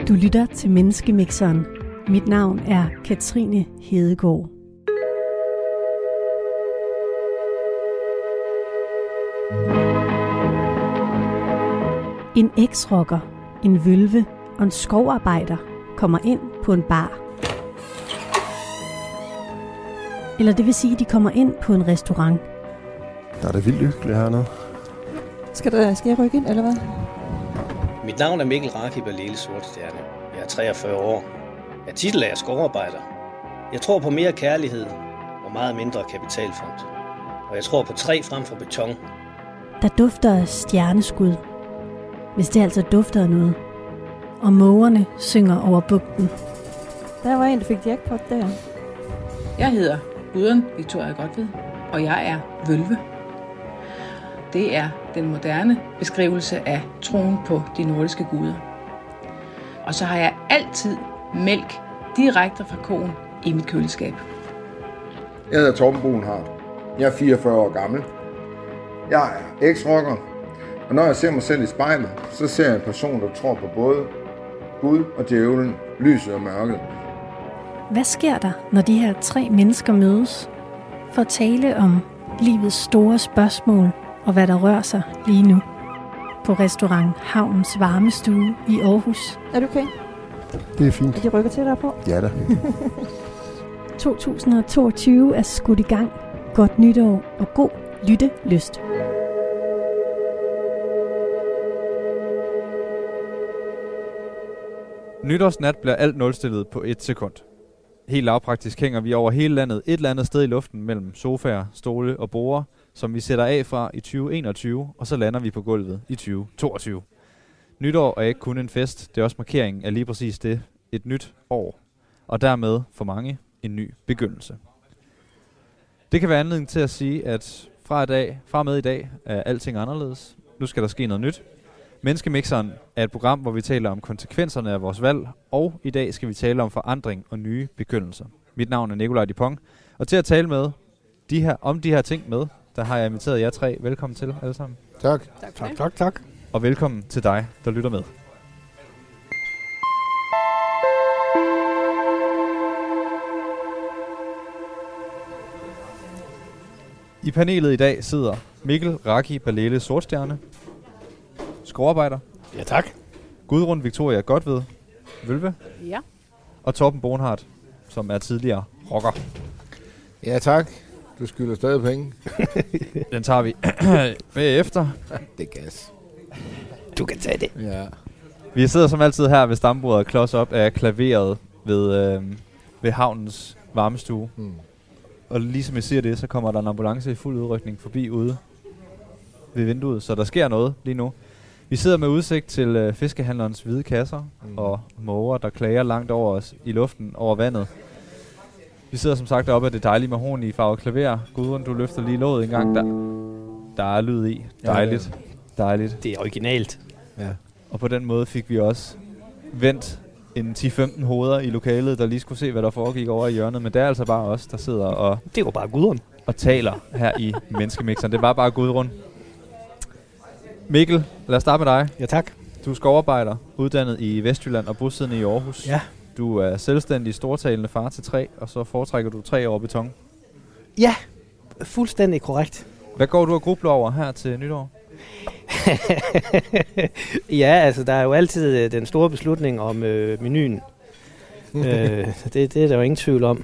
Du lytter til Menneskemixeren. Mit navn er Katrine Hedegaard. En eks-rocker, en vølve og en skovarbejder kommer ind på en bar. Eller det vil sige, de kommer ind på en restaurant. Der er det vildt hyggeligt hernede. Skal jeg rykke ind, eller hvad? Mit navn er Mikkel Raki Balele Sortstjerne. Jeg er 43 år. Jeg er titellærer skovarbejder. Jeg tror på mere kærlighed og meget mindre kapitalfond. Og jeg tror på træ frem for beton. Der dufter af stjerneskud, hvis det altså dufter af noget. Og mågerne synger over bugten. Der var en, der fik jackpot der. Jeg hedder Gudrun Victoria Godved, og jeg er vølve. Det er den moderne beskrivelse af troen på de nordiske guder. Og så har jeg altid mælk direkte fra koen i mit køleskab. Jeg hedder Torben Boenhardt. Jeg er 44 år gammel. Jeg er eks-rocker, og når jeg ser mig selv i spejlet, så ser jeg en person, der tror på både Gud og djævlen, lyset og mørket. Hvad sker der, når de her tre mennesker mødes for at tale om livets store spørgsmål og hvad der rører sig lige nu på restaurant Havnens Varmestue i Aarhus? Er du okay? Det er fint. Er de rykker til dig på? Ja da. 2022 er skudt i gang. Godt nytår og god lyttelyst. Nytårsnat bliver alt nulstillet på 1 sekund. Helt lavpraktisk hænger vi over hele landet et eller andet sted i luften mellem sofaer, stole og borde, som vi sætter af fra i 2021, og så lander vi på gulvet i 2022. Nytår er ikke kun en fest, det er også markeringen af lige præcis det, et nyt år, og dermed for mange en ny begyndelse. Det kan være anledning til at sige, at fra med i dag er alting anderledes. Nu skal der ske noget nyt. Menneskemixeren er et program, hvor vi taler om konsekvenserne af vores valg, og i dag skal vi tale om forandring og nye begyndelser. Mit navn er Nikolaj Dupont, og til at tale med om de her ting med, der har jeg inviteret jer tre. Velkommen til alle sammen. Tak. Tak. Og velkommen til dig, der lytter med. I panelet i dag sidder Mikkel Raki Balele Sortstjerne, skovarbejder. Ja, tak. Gudrun Victoria Godved, vølve. Ja. Og Torben Boenhardt, som er tidligere rocker. Ja tak. Du skylder stadig penge. Den tager vi bagefter. Det er gas. Du kan tage det. Ja. Vi sidder som altid her ved stambordet, klods op af klaveret ved Havnens Varmestue. Og ligesom jeg siger det, så kommer der en ambulance i fuld udrykning forbi ude ved vinduet, så der sker noget lige nu. Vi sidder med udsigt til fiskehandlerens hvide kasser og måger, der klager langt over os i luften over vandet. Vi sidder som sagt oppe af det dejlige mahogni farvet klaver. Gudrun, du løfter lige låget en gang. Der er lyd i. Dejligt. Dejligt. Det er originalt. Ja. Og på den måde fik vi også vendt en 10-15 hoveder i lokalet, der lige skulle se, hvad der foregik over i hjørnet. Men det er altså bare os, der sidder Det var bare Gudrun. og taler her i Menneskemixeren. Det var bare Gudrun. Mikkel, lad os starte med dig. Ja, tak. Du er skovarbejder, uddannet i Vestjylland og bosiddende i Aarhus. Ja. Du er selvstændig stortalende far til 3, og så foretrækker du 3 over beton. Ja, fuldstændig korrekt. Hvad går du og grubler over her til nytår? Ja, altså der er jo altid den store beslutning om menuen. Det er der jo ingen tvivl om.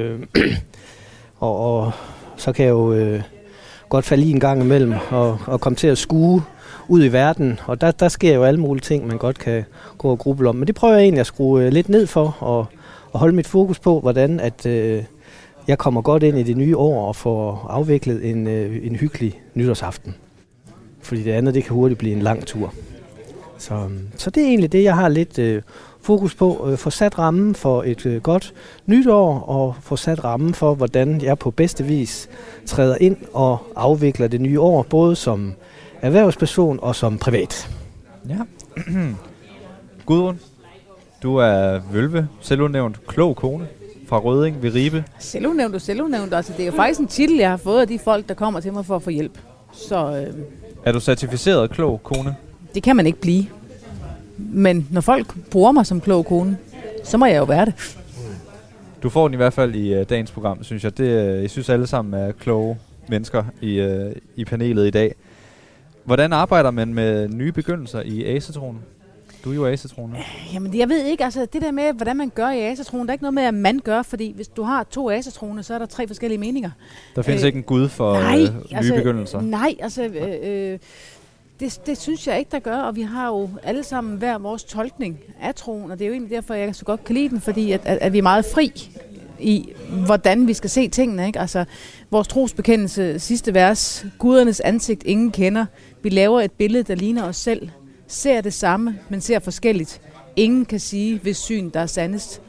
Og så kan jeg jo godt falde i en gang imellem og komme til at skue ud i verden. Og der sker jo alle mulige ting, man godt kan gå og gruble om. Men det prøver jeg egentlig at skrue lidt ned for og holde mit fokus på, hvordan at jeg kommer godt ind i det nye år og får afviklet en hyggelig nytårsaften. Fordi det andet, det kan hurtigt blive en lang tur. Så det er egentlig det, jeg har lidt fokus på. Få sat rammen for et godt nytår, og få sat rammen for, hvordan jeg på bedste vis træder ind og afvikler det nye år, både som erhvervsperson og som privat. Ja. Gudrun, du er vølve, selvudnævnt, klog kone fra Rødding ved Ribe. Selvudnævnt. Altså, det er jo faktisk en titel, jeg har fået af de folk, der kommer til mig for at få hjælp. Så Er du certificeret klog kone? det kan man ikke blive. Men når folk bruger mig som klog kone, så må jeg jo være det. Du får den i hvert fald i dagens program, synes jeg. Jeg synes alle sammen er kloge mennesker i panelet i dag. Hvordan arbejder man med nye begyndelser i asetronen? Du er jo asetroner. Jamen, jeg ved ikke, altså det der med, hvordan man gør i asetronen, der er ikke noget med, at man gør, fordi hvis du har 2 asetroner, så er der 3 forskellige meninger. Der findes ikke en gud for nye begyndelser? Nej, altså det synes jeg ikke, der gør, og vi har jo alle sammen hver vores tolkning af troen, og det er jo egentlig derfor, jeg så godt kan lide den, fordi at vi er meget fri i, hvordan vi skal se tingene, ikke? Altså, vores trosbekendelse, sidste vers, gudernes ansigt ingen kender, vi laver et billede, der ligner os selv, ser det samme, men ser forskelligt. Ingen kan sige, hvis syn, der er sandest.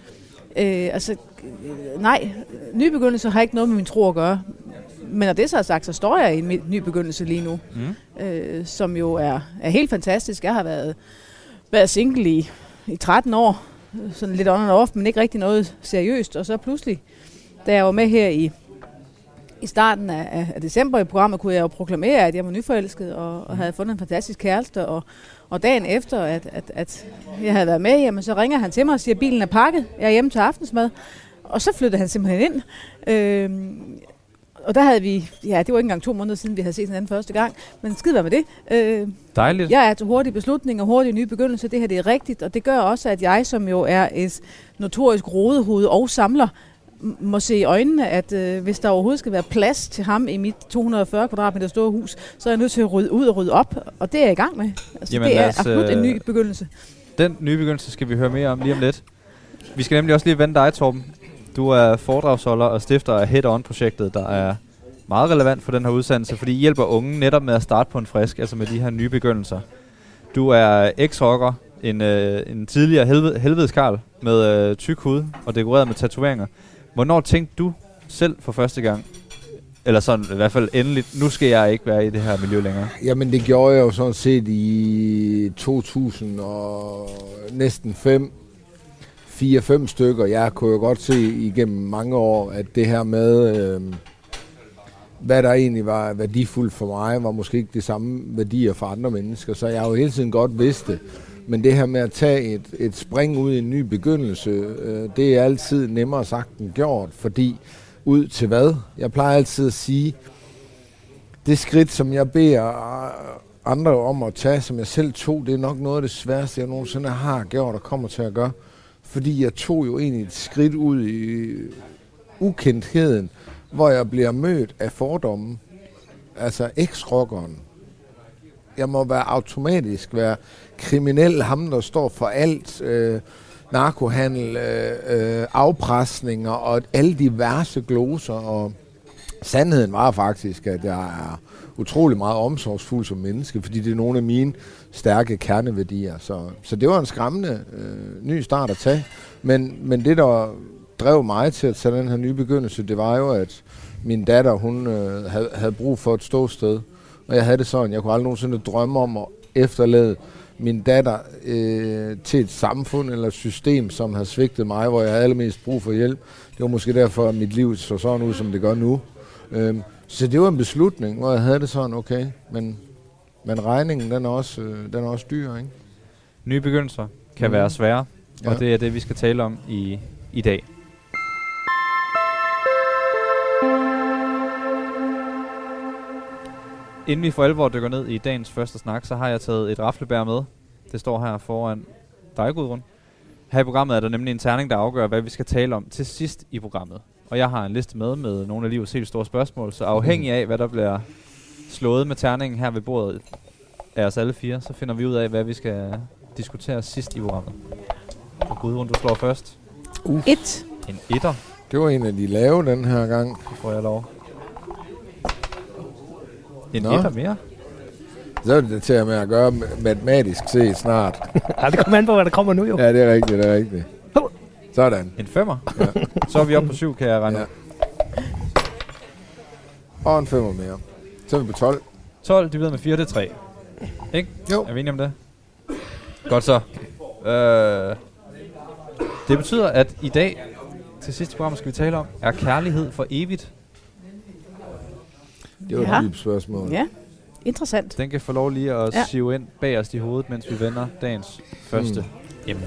Nej, nye begyndelser har ikke noget med min tro at gøre. Men når det så er sagt, så står jeg i en ny begyndelse lige nu, som jo er helt fantastisk. Jeg har været single i 13 år, sådan lidt on and off, men ikke rigtig noget seriøst. Og så pludselig, da jeg var med her i starten af december i programmet, kunne jeg jo proklamere, at jeg var nyforelsket og havde fundet en fantastisk kæreste. Og dagen efter, at jeg havde været med, jamen, så ringer han til mig og siger, at bilen er pakket, jeg er hjemme til aftensmad. Og så flyttede han simpelthen ind. Og der havde vi, det var ikke engang 2 måneder siden, vi havde set hinanden første gang, men skide være med det. Dejligt. Jeg er til hurtige beslutninger, hurtige nye begyndelser, det her det er rigtigt, og det gør også, at jeg, som jo er et notorisk rodehoved og samler, må se i øjnene, at hvis der overhovedet skal være plads til ham i mit 240 kvadratmeter store hus, så er jeg nødt til at rydde ud og rydde op, og det er jeg i gang med. Altså, jamen, det er absolut en ny begyndelse. Den nye begyndelse skal vi høre mere om lige om lidt. Vi skal nemlig også lige vende dig, Torben. Du er foredragsholder og stifter af Head-On-projektet, der er meget relevant for den her udsendelse, fordi I hjælper unge netop med at starte på en frisk, altså med de her nye begyndelser. Du er eks-rocker, en tidligere helvedeskarl med tyk hud og dekoreret med tatoveringer. Hvornår tænkte du selv for første gang, eller sådan i hvert fald endeligt, nu skal jeg ikke være i det her miljø længere? Jamen det gjorde jeg jo sådan set i 2000 og næsten 4-5 stykker. Jeg kunne jo godt se igennem mange år, at det her med, hvad der egentlig var værdifuldt for mig, var måske ikke det samme værdier for andre mennesker. Så jeg har jo hele tiden godt vidst det. Men det her med at tage et spring ud i en ny begyndelse, det er altid nemmere sagt end gjort, fordi ud til hvad? Jeg plejer altid at sige, det skridt, som jeg beder andre om at tage, som jeg selv tog, det er nok noget af det sværeste, jeg nogensinde har gjort og kommer til at gøre. Fordi jeg tog jo egentlig et skridt ud i ukendtheden, hvor jeg bliver mødt af fordomme. Altså eks-rockeren. Jeg må automatisk være kriminel, ham der står for alt, narkohandel, afpresninger og alle diverse gloser. Og sandheden var faktisk, at jeg er utrolig meget omsorgsfuld som menneske, fordi det er nogle af mine stærke kerneværdier. Så det var en skræmmende ny start at tage. Men det, der drev mig til at tage den her nye begyndelse, det var jo, at min datter, hun havde brug for et ståsted. Og jeg havde det sådan, jeg kunne aldrig nogensinde drømme om at efterlade min datter til et samfund eller et system, som havde svigtet mig, hvor jeg havde allermest brug for hjælp. Det var måske derfor, at mit liv så sådan ud, som det gør nu. Så det var en beslutning, hvor jeg havde det sådan, okay, men regningen, den er også dyr, ikke? Nye begyndelser kan være svære, og det er det, vi skal tale om i dag. Inden vi for alvor dykker ned i dagens første snak, så har jeg taget et raflebær med. Det står her foran dig, Gudrun. Her i programmet er der nemlig en terning, der afgør, hvad vi skal tale om til sidst i programmet. Og jeg har en liste med nogle af livets helt store spørgsmål, så afhængig af, hvad der bliver slået med terningen her ved bordet af os alle 4, så finder vi ud af, hvad vi skal diskutere sidst i programmet. Og Gudrun, du slår først. 1. En etter. Det var en af de lave den her gang. Det får jeg lov. En etter mere? Så er det til at med at gøre matematisk set snart. Ja, det kommer an på, hvad der kommer nu jo. Ja, det er rigtigt. Sådan. En 5'er? Ja. Så er vi oppe på 7, kan jeg regne. Ja. Og en 5'er mere. Så er vi på 12. 12 divideret med 4, det er 3. Ikke? Jo. Er vi enige om det? Godt så. Det betyder, at i dag, til sidste program, skal vi tale om, er kærlighed for evigt? Det var et dybt spørgsmål. Ja. Interessant. Den kan få lov lige at sive ind bag os i hovedet, mens vi vender dagens første emne.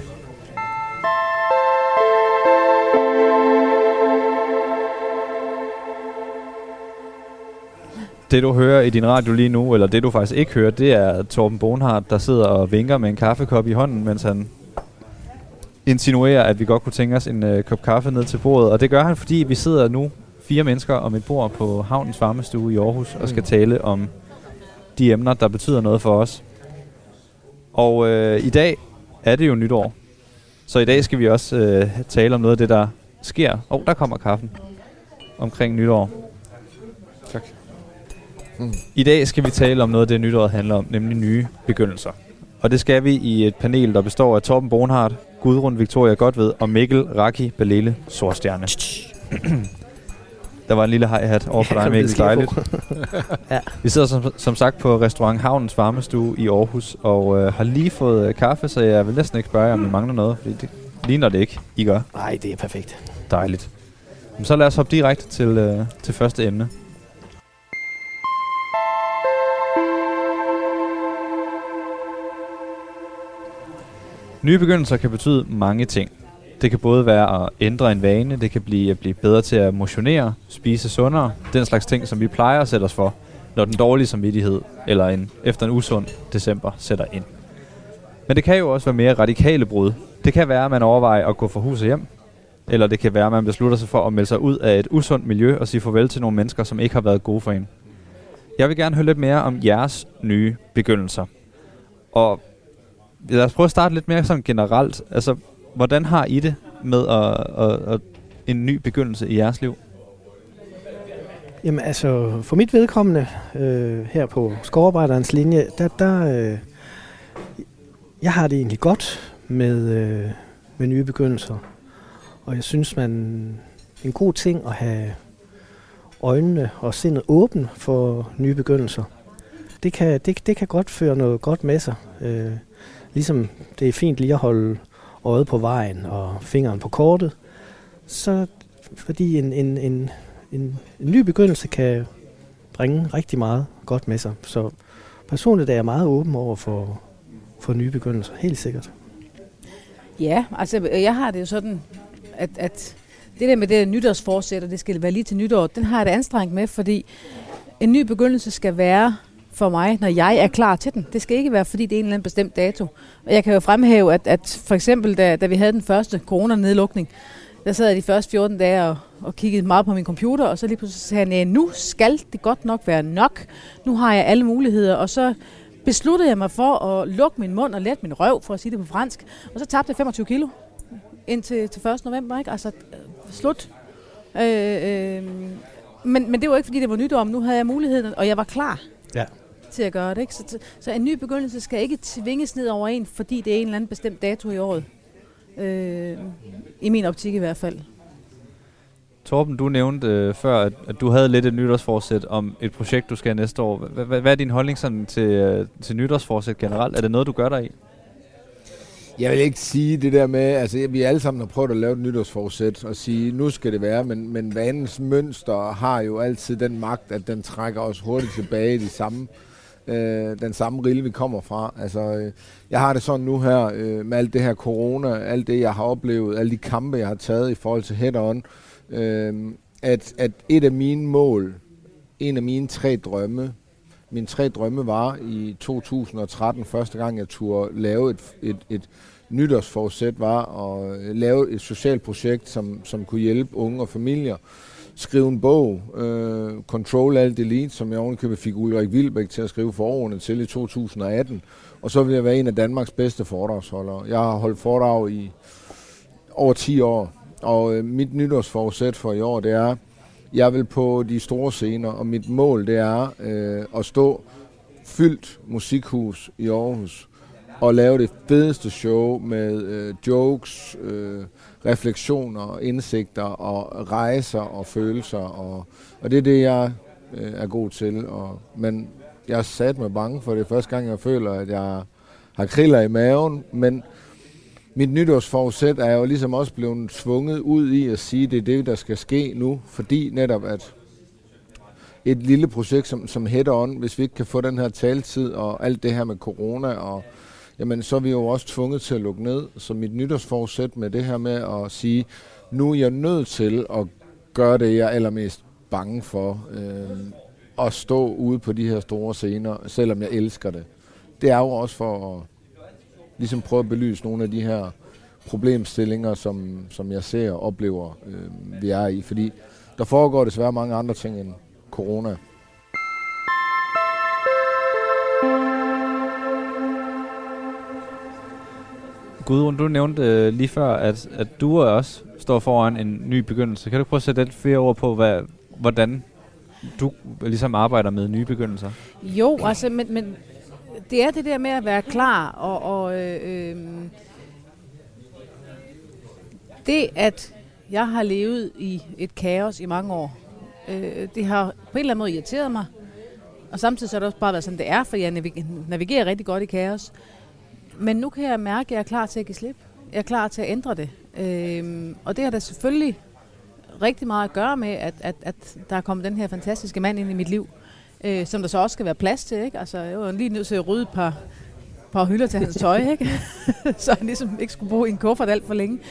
Det du hører i din radio lige nu, eller det du faktisk ikke hører, det er Torben Bonhardt, der sidder og vinker med en kaffekop i hånden, mens han insinuerer, at vi godt kunne tænke os en kop kaffe ned til bordet. Og det gør han, fordi vi sidder nu 4 mennesker om et bord på Havnens Varmestue i Aarhus og skal tale om de emner, der betyder noget for os. Og i dag er det jo nytår. Så i dag skal vi også tale om noget af det, der sker. Der kommer kaffen omkring nytår. Tak. I dag skal vi tale om noget af det, nytåret handler om, nemlig nye begyndelser. Og det skal vi i et panel, der består af Torben Bonhardt, Gudrun Victoria Godved og Mikkel Raki Balele Sorstjerne. Der var en lille hi-hat over for dig, Mikkel. Dejligt. Ja. Vi sidder som sagt på restaurant Havnens Varmestue i Aarhus og har lige fået kaffe, så jeg vil næsten ikke spørge jer, om I mangler noget, fordi det ligner det ikke, I gør. Nej, det er perfekt. Dejligt. Men så lad os hoppe direkte til første emne. Nye begyndelser kan betyde mange ting. Det kan både være at ændre en vane, det kan blive at blive bedre til at motionere, spise sundere, den slags ting, som vi plejer at sætte os for, når den dårlige samvittighed eller efter en usund december sætter ind. Men det kan jo også være mere radikale brud. Det kan være, at man overvejer at gå fra hus og hjem, eller det kan være, at man beslutter sig for at melde sig ud af et usundt miljø og sige farvel til nogle mennesker, som ikke har været gode for en. Jeg vil gerne høre lidt mere om jeres nye begyndelser. Og lad os prøve at starte lidt mere sådan generelt. Altså, hvordan har I det med at en ny begyndelse i jeres liv? Jamen altså, for mit vedkommende, her på skovarbejderens linje, jeg har det egentlig godt med nye begyndelser. Og jeg synes, en god ting at have øjnene og sindet åbent for nye begyndelser. Det kan godt føre noget godt med sig. Ligesom det er fint lige at holde øjet på vejen og fingeren på kortet, så fordi en ny begyndelse kan bringe rigtig meget godt med sig. Så personligt er jeg meget åben over for nye begyndelser, helt sikkert. Ja, altså jeg har det jo sådan, at det der med det nytårsforsæt, og det skal være lige til nytår, den har jeg det anstrengt med, fordi en ny begyndelse skal være for mig, når jeg er klar til den. Det skal ikke være, fordi det er en eller anden bestemt dato. Og jeg kan jo fremhæve, at for eksempel, da vi havde den første coronanedlukning, der sad jeg de første 14 dage og kiggede meget på min computer, og så lige pludselig sagde jeg, nu skal det godt nok være nok. Nu har jeg alle muligheder, og så besluttede jeg mig for at lukke min mund og lette min røv, for at sige det på fransk. Og så tabte jeg 25 kilo indtil 1. november, ikke? Altså, slut. Men det var ikke, fordi det var nytår, men nu havde jeg muligheden, og jeg var klar. Ja. Til at gøre det, ikke? Så en ny begyndelse skal ikke tvinges ned over en, fordi det er en eller anden bestemt dato i året. I min optik i hvert fald. Torben, du nævnte før, at du havde lidt et nytårsforsæt om et projekt, du skal næste år. Hvad er din holdning sådan til nytårsforsæt generelt? Er det noget, du gør dig i? Jeg vil ikke sige det der med, altså vi alle sammen har prøvet at lave et nytårsforsæt og sige, nu skal det være, men vanens mønster har jo altid den magt, at den trækker os hurtigt tilbage i den samme rille, vi kommer fra. Altså, jeg har det sådan nu her, med alt det her corona, alt det, jeg har oplevet, alle de kampe, jeg har taget i forhold til head-on, at et af mine mål, en af mine 3 drømme, mine 3 drømme var i 2013, første gang jeg turde lave et nytårsforsæt, var at lave et socialt projekt, som kunne hjælpe unge og familier. Skrive en bog, Control Alt Delete, som jeg ovenikøbet fik Ulrik Wilbæk til at skrive forordene til i 2018. Og så vil jeg være en af Danmarks bedste foredragsholdere. Jeg har holdt foredrag i over 10 år, og mit nytårsforsæt for i år, det er, jeg vil på de store scener, og mit mål, det er at stå fyldt musikhus i Aarhus, og lave det fedeste show med jokes, refleksioner, indsigter og rejser og følelser. Og det er det, jeg er god til. Men jeg er sat mig bange for det første gang, jeg føler, at jeg har kriller i maven. Men mit nytårsforsæt er jo ligesom også blevet svunget ud i at sige, at det er det, der skal ske nu. Fordi netop, at et lille projekt som Head On, hvis vi ikke kan få den her taletid og alt det her med corona, og jamen, så er vi jo også tvunget til at lukke ned. Så mit nytårsforsæt med det her med at sige, nu er jeg nødt til at gøre det, jeg er allermest bange for, at stå ude på de her store scener, selvom jeg elsker det. Det er jo også for at ligesom prøve at belyse nogle af de her problemstillinger, som jeg ser og oplever, vi er i. Fordi der foregår desværre mange andre ting end corona. Gudrun, du nævnte lige før, at du også står foran en ny begyndelse. Kan du prøve at sætte lidt flere ord på, hvordan du ligesom arbejder med nye begyndelser? Jo, altså, men det er det der med at være klar, og det, at jeg har levet i et kaos i mange år, det har på en eller anden måde irriteret mig, og samtidig så har det også bare været sådan, det er, for jeg navigerer rigtig godt i kaos. Men nu kan jeg mærke, at jeg er klar til at give slip. Jeg er klar til at ændre det. Og det har da selvfølgelig rigtig meget at gøre med, at der er kommet den her fantastiske mand ind i mit liv, som der så også skal være plads til, ikke? Altså, jeg var lige nødt til at rydde et par hylder til hans tøj, ikke? Så han ligesom ikke skulle bo i en kuffert alt for længe.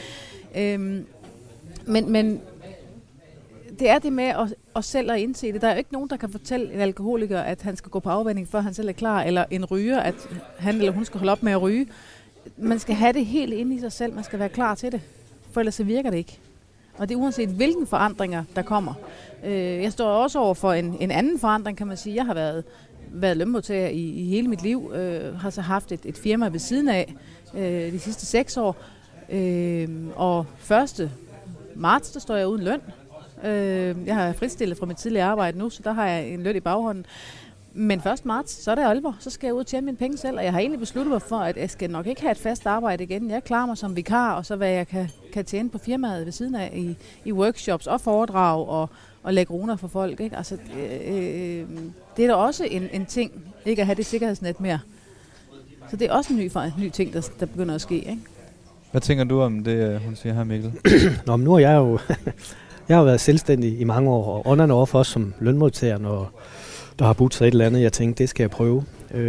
Men det er det med at selv at indse det. Der er jo ikke nogen, der kan fortælle en alkoholiker, at han skal gå på afvanding, før han selv er klar, eller en ryger, at han eller hun skal holde op med at ryge. Man skal have det helt inde i sig selv. Man skal være klar til det, for ellers så virker det ikke. Og det er uanset hvilken forandringer, der kommer. Jeg står også over for en anden forandring, kan man sige. Jeg har været lønmodtager i hele mit liv. Har så haft et firma ved siden af de sidste 6 år. Og 1. marts, der står jeg uden løn. Jeg har fritstillet fra mit tidligere arbejde nu, så der har jeg en løn i baghånden. Men 1. marts, så er det alvor. Så skal jeg ud og tjene mine penge selv, og jeg har egentlig besluttet mig for, at jeg skal nok ikke have et fast arbejde igen. Jeg klarer mig som vikar, og så hvad jeg kan tjene på firmaet ved siden af i workshops og foredrag og lægge runer for folk. Ikke? Altså, det er da også en ting, ikke at have det sikkerhedsnet mere. Så det er også en ny ting, der begynder at ske. Ikke? Hvad tænker du om det, hun siger her, Mikkel? Nå, men nu er jeg jo... Jeg har været selvstændig i mange år, og ånderne over for os som lønmodtager, når der har budt sig et eller andet, jeg tænkte, det skal jeg prøve.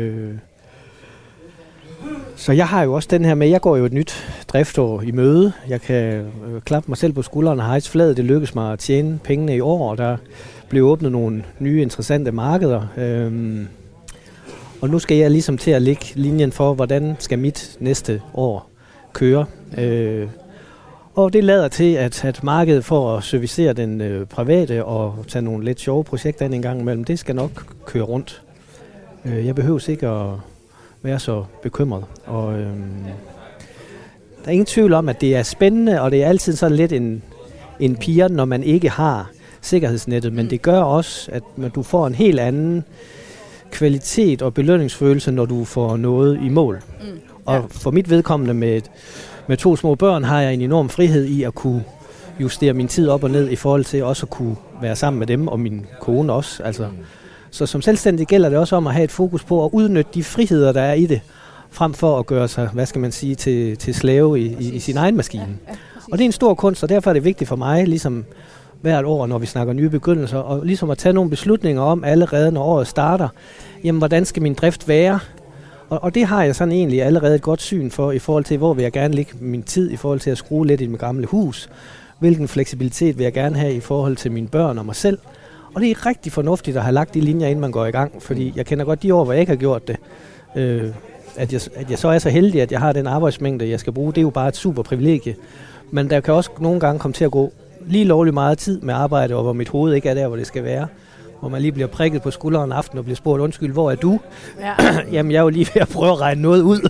Så jeg har jo også den her med, jeg går jo et nyt driftår i møde. Jeg kan klappe mig selv på skulderen og hejse fladet. Det lykkes mig at tjene pengene i år, og der blev åbnet nogle nye interessante markeder. Og nu skal jeg ligesom til at lægge linjen for, hvordan skal mit næste år køre. Og det lader til, at markedet for at servicere den private og tage nogle lidt sjove projekter ind en gang imellem, det skal nok køre rundt. Jeg behøver ikke at være så bekymret. Og der er ingen tvivl om, at det er spændende, og det er altid sådan lidt en piger, når man ikke har sikkerhedsnettet. Men det gør også, at du får en helt anden kvalitet og belønningsfølelse, når du får noget i mål. Og for mit vedkommende med 2 små børn har jeg en enorm frihed i at kunne justere min tid op og ned i forhold til også at kunne være sammen med dem og min kone også. Altså, så som selvstændig gælder det også om at have et fokus på at udnytte de friheder, der er i det, frem for at gøre sig, hvad skal man sige, til slave i sin egen maskine. Og det er en stor kunst, og derfor er det vigtigt for mig, ligesom hvert år, når vi snakker nye begyndelser, og ligesom at tage nogle beslutninger om allerede, når året starter, jamen hvordan skal min drift være? Og det har jeg sådan egentlig allerede et godt syn for, i forhold til, hvor vil jeg gerne lægge min tid, i forhold til at skrue lidt i mit gamle hus. Hvilken fleksibilitet vil jeg gerne have i forhold til mine børn og mig selv. Og det er rigtig fornuftigt at have lagt de linjer, inden man går i gang, fordi jeg kender godt de år, hvor jeg ikke har gjort det. At jeg så er så heldig, at jeg har den arbejdsmængde, jeg skal bruge, det er jo bare et super privilegie. Men der kan også nogle gange komme til at gå lige lovligt meget tid med arbejde, og hvor mit hoved ikke er der, hvor det skal være. Hvor man lige bliver prikket på skulderen aften og bliver spurgt, undskyld, hvor er du? Ja. Jamen, jeg er jo lige ved at prøve at regne noget ud.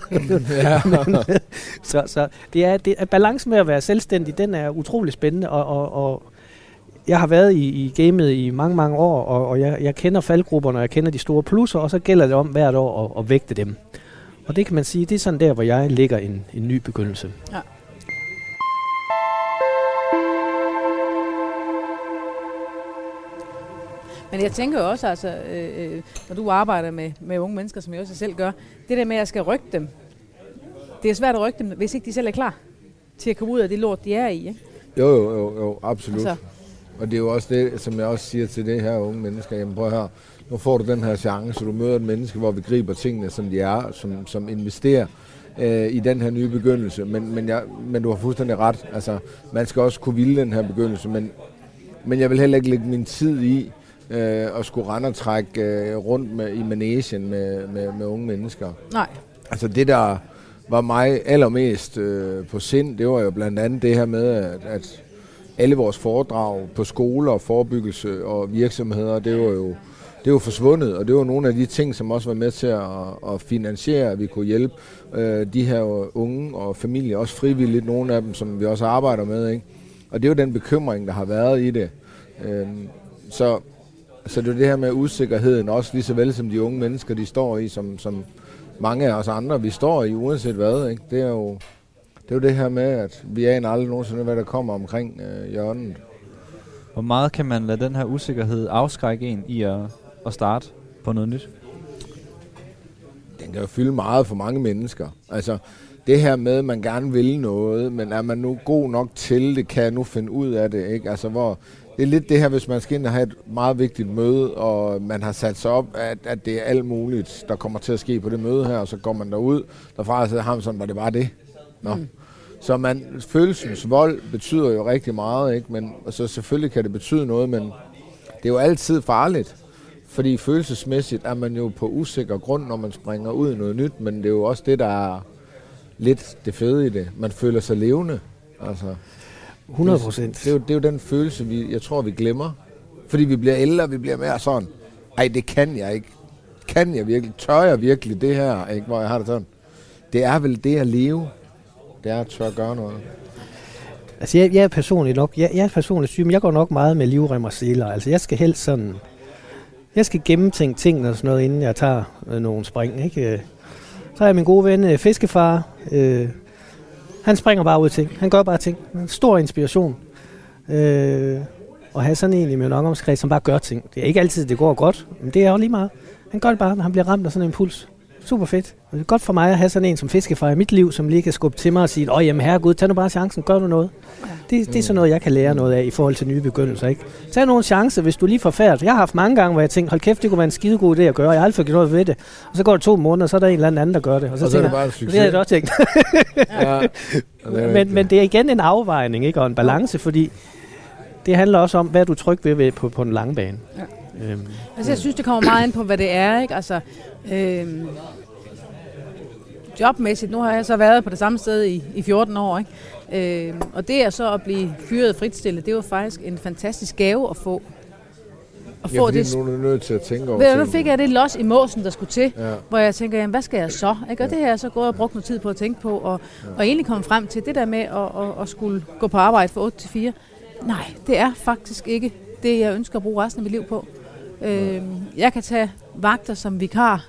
Så det er balancen med at være selvstændig, den er utrolig spændende, og jeg har været i gamet i mange, mange år, og jeg kender faldgrupperne, og jeg kender de store plusser, og så gælder det om hvert år at vægte dem. Og det kan man sige, det er sådan der, hvor jeg lægger en ny begyndelse. Ja. Men jeg tænker jo også, altså, når du arbejder med unge mennesker, som jeg også selv gør, det der med, at jeg skal rykke dem, det er svært at rykke dem, hvis ikke de selv er klar til at komme ud af det lort, de er i, ikke? Jo, absolut. Altså, Og det er jo også det, som jeg også siger til det her unge mennesker. Jamen prøv her, nu får du den her chance, så du møder et menneske, hvor vi griber tingene, som de er, som investerer i den her nye begyndelse. Men du har fuldstændig ret. Altså, man skal også kunne ville den her begyndelse, men jeg vil heller ikke lægge min tid i at skulle rende og trække rundt i managen med unge mennesker. Nej. Altså det, der var mig allermest på sind, det var jo blandt andet det her med, at alle vores foredrag på skoler, forebyggelse og virksomheder, det er jo forsvundet, og det var nogle af de ting, som også var med til at finansiere, at vi kunne hjælpe de her unge og familier, også frivilligt, nogle af dem, som vi også arbejder med, ikke? Og det er jo den bekymring, der har været i det. Så det er det her med usikkerheden, også lige så vel som de unge mennesker, de står i, som mange af os andre, vi står i, uanset hvad, ikke? Det er jo det her med, at vi aner aldrig nogensinde, hvad der kommer omkring hjørnet. Hvor meget kan man lade den her usikkerhed afskrække en i at starte på noget nyt? Den kan jo fylde meget for mange mennesker. Altså, det her med, at man gerne vil noget, men er man nu god nok til det, kan jeg nu finde ud af det, ikke? Altså, det er lidt det her, hvis man skal ind og have et meget vigtigt møde, og man har sat sig op, at det er alt muligt, der kommer til at ske på det møde her, og så går man derud, derfra og siger, sådan var det bare det. Nå. Så følelsens vold betyder jo rigtig meget, ikke? Men så selvfølgelig kan det betyde noget, men det er jo altid farligt. Fordi følelsesmæssigt er man jo på usikker grund, når man springer ud i noget nyt, men det er jo også det, der er lidt det fede i det. Man føler sig levende. Altså, 100%. Det er jo den følelse, jeg tror, vi glemmer. Fordi vi bliver ældre, vi bliver mere sådan, ej, det kan jeg ikke. Kan jeg virkelig? Tør jeg virkelig det her? Ikke? Hvor jeg har det sådan. Det er vel det at leve. Det er at tør at gøre noget. Altså, jeg er personligt nok, jeg er personligt syg, men jeg går nok meget med livrem og seler. Altså, jeg skal helst sådan, jeg skal gennemtænke tingene og sådan noget, inden jeg tager nogle spring, ikke? Så har jeg min gode ven, fiskefar. Han springer bare ud ting. Han gør bare ting. En stor inspiration. Og have sådan en i min omgangskreds, som bare gør ting. Det er ikke altid, det går godt, men det er jo lige meget. Han gør det bare, når han bliver ramt af sådan en impuls. Super fedt. Og det er godt for mig at have sådan en som fiskefar i mit liv, som lige kan skubbe til mig og sige, jamen herregud, tag nu bare chancen, gør du noget. Det er sådan noget, jeg kan lære noget af i forhold til nye begyndelser, ikke? Tag nogle chancer, hvis du lige får færd. Jeg har haft mange gange, hvor jeg tænkte, hold kæft, det kunne være en skidegod idé at gøre. Jeg har aldrig fået noget ved det. Og så går det 2 måneder, og så er der en eller anden, der gør det. Og så tænker jeg, det har jeg også tænkt. Men det er igen en afvejning, ikke? Og en balance, fordi det handler også om, hvad er du tryg ved på den lange bane. Ja. Altså jeg synes, det kommer meget ind på, hvad det er, ikke? Altså, jobmæssigt, nu har jeg så været på det samme sted i 14 år, ikke? Og det er så at blive fyret fritstillet, det er jo faktisk en fantastisk gave at få. Ja, fordi nu er du nødt til at tænke over. Nu fik jeg det los i måsen, der skulle til, hvor jeg tænker, jamen, hvad skal jeg så? Ikke? Og det her jeg så gået og brugt noget tid på at tænke på, og egentlig komme frem til det der med at skulle gå på arbejde fra 8 til 4. Nej, det er faktisk ikke det, jeg ønsker at bruge resten af mit liv på. Jeg kan tage vagter som vikar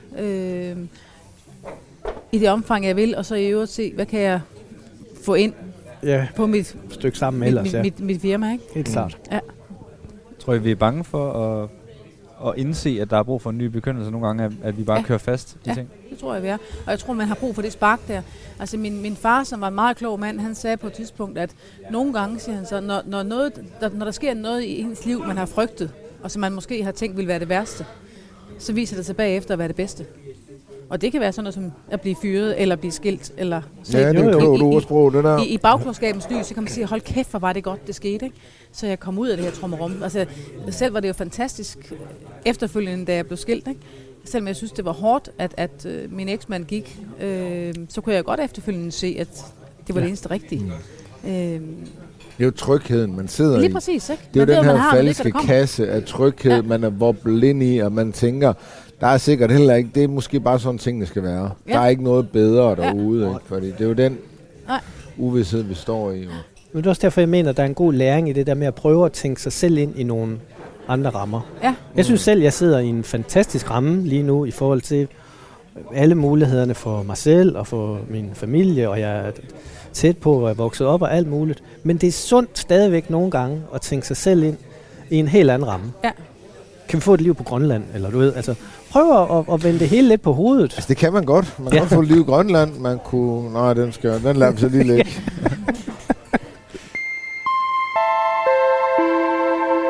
i det omfang, jeg vil, og så i øvrigt se, hvad kan jeg få ind på mit stykke sammen ellers, mit firma, ikke? Helt klart. Ja. Tror jeg, vi er bange for at indse, at der er brug for en ny begyndelse nogle gange, at vi bare kører fast de ting? Det tror jeg, vi er. Og jeg tror, man har brug for det spark der. Altså min far, som var en meget klog mand, han sagde på et tidspunkt, at nogle gange, siger han så, når der sker noget i ens liv, man har frygtet, og som man måske har tænkt ville være det værste, så viser det sig bagefter at være det bedste. Og det kan være sådan noget som at blive fyret, eller blive skilt, eller... Ja, det er jo klogt ordsprog, det der. I bagklodskabens lys, så kan man sige, hold kæft, hvor var det godt, det skete, ikke? Så jeg kom ud af det her trummerum. Altså, selv var det jo fantastisk efterfølgende, da jeg blev skilt, ikke? Selvom jeg synes, det var hårdt, at min eksmand gik, så kunne jeg godt efterfølgende se, at det var det eneste rigtige. Det er jo trygheden, man sidder i. Lige præcis, ikke? Det er jo den her falske kasse af tryghed, man er wobblet ind i, og man tænker... Der er sikkert heller ikke, det er måske bare sådan tingene skal være. Ja. Der er ikke noget bedre derude, ikke? Fordi det er jo den uvished, vi står i. Men det er også derfor, jeg mener, at der er en god læring i det der med at prøve at tænke sig selv ind i nogle andre rammer. Ja. Jeg synes selv, jeg sidder i en fantastisk ramme lige nu i forhold til alle mulighederne for mig selv og for min familie, og jeg er tæt på, og jeg er vokset op og alt muligt. Men det er sundt stadigvæk nogle gange at tænke sig selv ind i en helt anden ramme. Ja. Kan vi få et liv på Grønland, eller du ved, altså prøv at vende det hele lidt på hovedet. Altså det kan man godt. Man kan godt få et liv i Grønland. Man kunne... Nej, den lader sig lige lidt.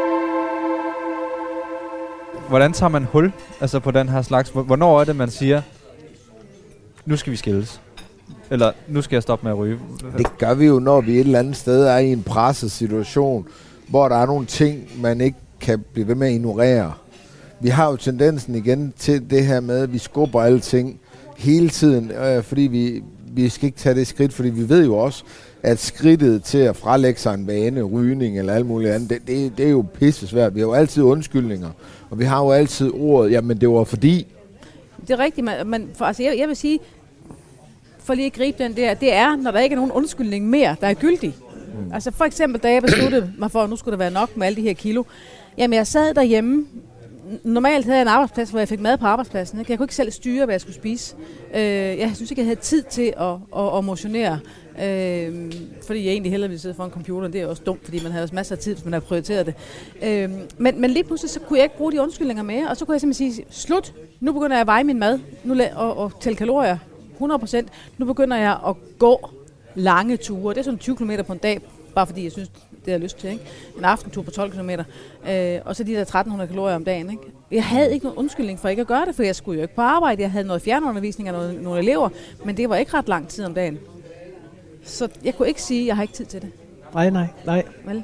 hvordan tager man hul altså på den her slags? Hvornår er det, man siger, nu skal vi skilles? Eller nu skal jeg stoppe med at ryge? Det gør vi jo, når vi et eller andet sted er i en presset situation, hvor der er nogle ting, man ikke kan blive ved med at ignorere. Vi har jo tendensen igen til det her med, at vi skubber alting hele tiden, fordi vi skal ikke tage det skridt, fordi vi ved jo også, at skridtet til at frelægge sig en vane, rygning eller alt muligt andet, det er jo pisse svært. Vi har jo altid undskyldninger, og vi har jo altid ordet, jamen det var fordi. Det er rigtigt, men altså jeg vil sige, for lige at gribe den der, det er, når der ikke er nogen undskyldning mere, der er gyldig. Altså for eksempel, da jeg besluttede mig for, at nu skulle det være nok med alle de her kilo, jamen jeg sad derhjemme. Normalt havde jeg en arbejdsplads, hvor jeg fik mad på arbejdspladsen. Ikke? Jeg kunne ikke selv styre, hvad jeg skulle spise. Jeg synes ikke, jeg havde tid til at motionere, fordi jeg egentlig hellere ville sidde foran computeren. Det er også dumt, fordi man havde også masser af tid, hvis man havde prioriteret det. Men lige pludselig, så kunne jeg ikke bruge de undskyldninger mere, og så kunne jeg simpelthen sige, slut, nu begynder jeg at veje min mad og tælle kalorier 100%. Nu begynder jeg at gå lange ture. Det er sådan 20 km på en dag, bare fordi jeg synes, det har lyst til, ikke? En aftentur på 12 km, og så de der 1300 kalorier om dagen, ikke? Jeg havde ikke nogen undskyldning for ikke at gøre det, for jeg skulle jo ikke på arbejde. Jeg havde noget fjernundervisning af nogle elever, men det var ikke ret lang tid om dagen. Så jeg kunne ikke sige, at jeg har ikke tid til det. Nej. Vel?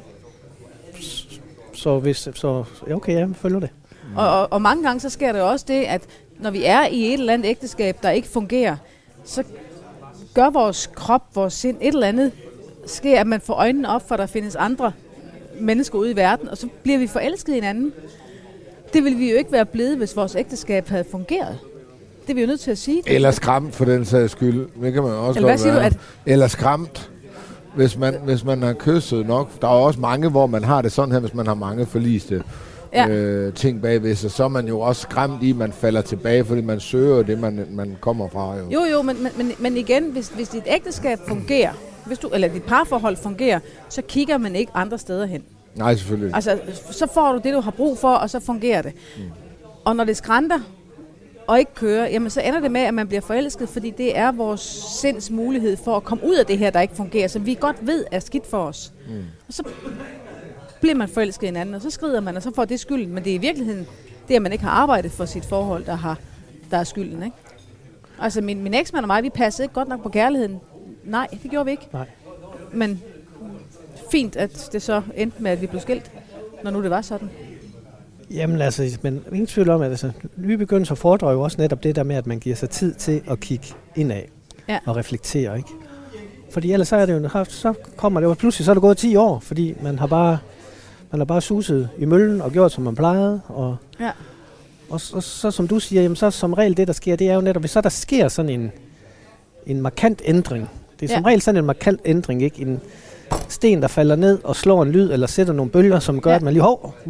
Så okay, jeg følger det. Og mange gange så sker det også det, at når vi er i et eller andet ægteskab, der ikke fungerer, så gør vores krop, vores sind et eller andet, sker, at man får øjnene op for, at der findes andre mennesker ude i verden, og så bliver vi forelsket i hinanden. Det ville vi jo ikke være blevet, hvis vores ægteskab havde fungeret. Det er vi jo nødt til at sige. Eller skræmt for den sags skyld. Det kan man også eller godt være. Eller skræmt, hvis man har kysset nok. Der er også mange, hvor man har det sådan her, hvis man har mange forliste ting bagved sig. Så er man jo også skræmt i, at man falder tilbage, fordi man søger det, man kommer fra. Jo, men igen, hvis dit ægteskab fungerer, eller dit parforhold fungerer, så kigger man ikke andre steder hen. Nej, selvfølgelig. Altså, så får du det, du har brug for, og så fungerer det. Og når det skrænter og ikke kører, jamen så ender det med, at man bliver forelsket, fordi det er vores sinds mulighed for at komme ud af det her, der ikke fungerer, som vi godt ved er skidt for os. Og så bliver man forelsket i hinanden, og så skrider man, og så får det skylden. Men det er i virkeligheden det, at man ikke har arbejdet for sit forhold, der er skylden, ikke? Altså, min eksmand og mig, vi passede ikke godt nok på kærligheden. Nej, det gjorde vi ikke. Nej. Men fint, at det så endte med, at vi blev skilt, når nu det var sådan. Jamen altså, men ingen tvivl om, at altså, nye begyndelser fordrer jo også netop det der med, at man giver sig tid til at kigge indad og reflektere, ikke? Fordi ellers så er det jo, så kommer det jo pludselig, så er det gået 10 år, fordi man har bare suset i møllen og gjort, som man plejede. Og så som du siger, jamen, så som regel det, der sker, det er jo netop, hvis så der sker sådan en markant ændring. Det er som regel sådan en markant ændring, ikke? En sten, der falder ned og slår en lyd, eller sætter nogle bølger, som gør, at man lige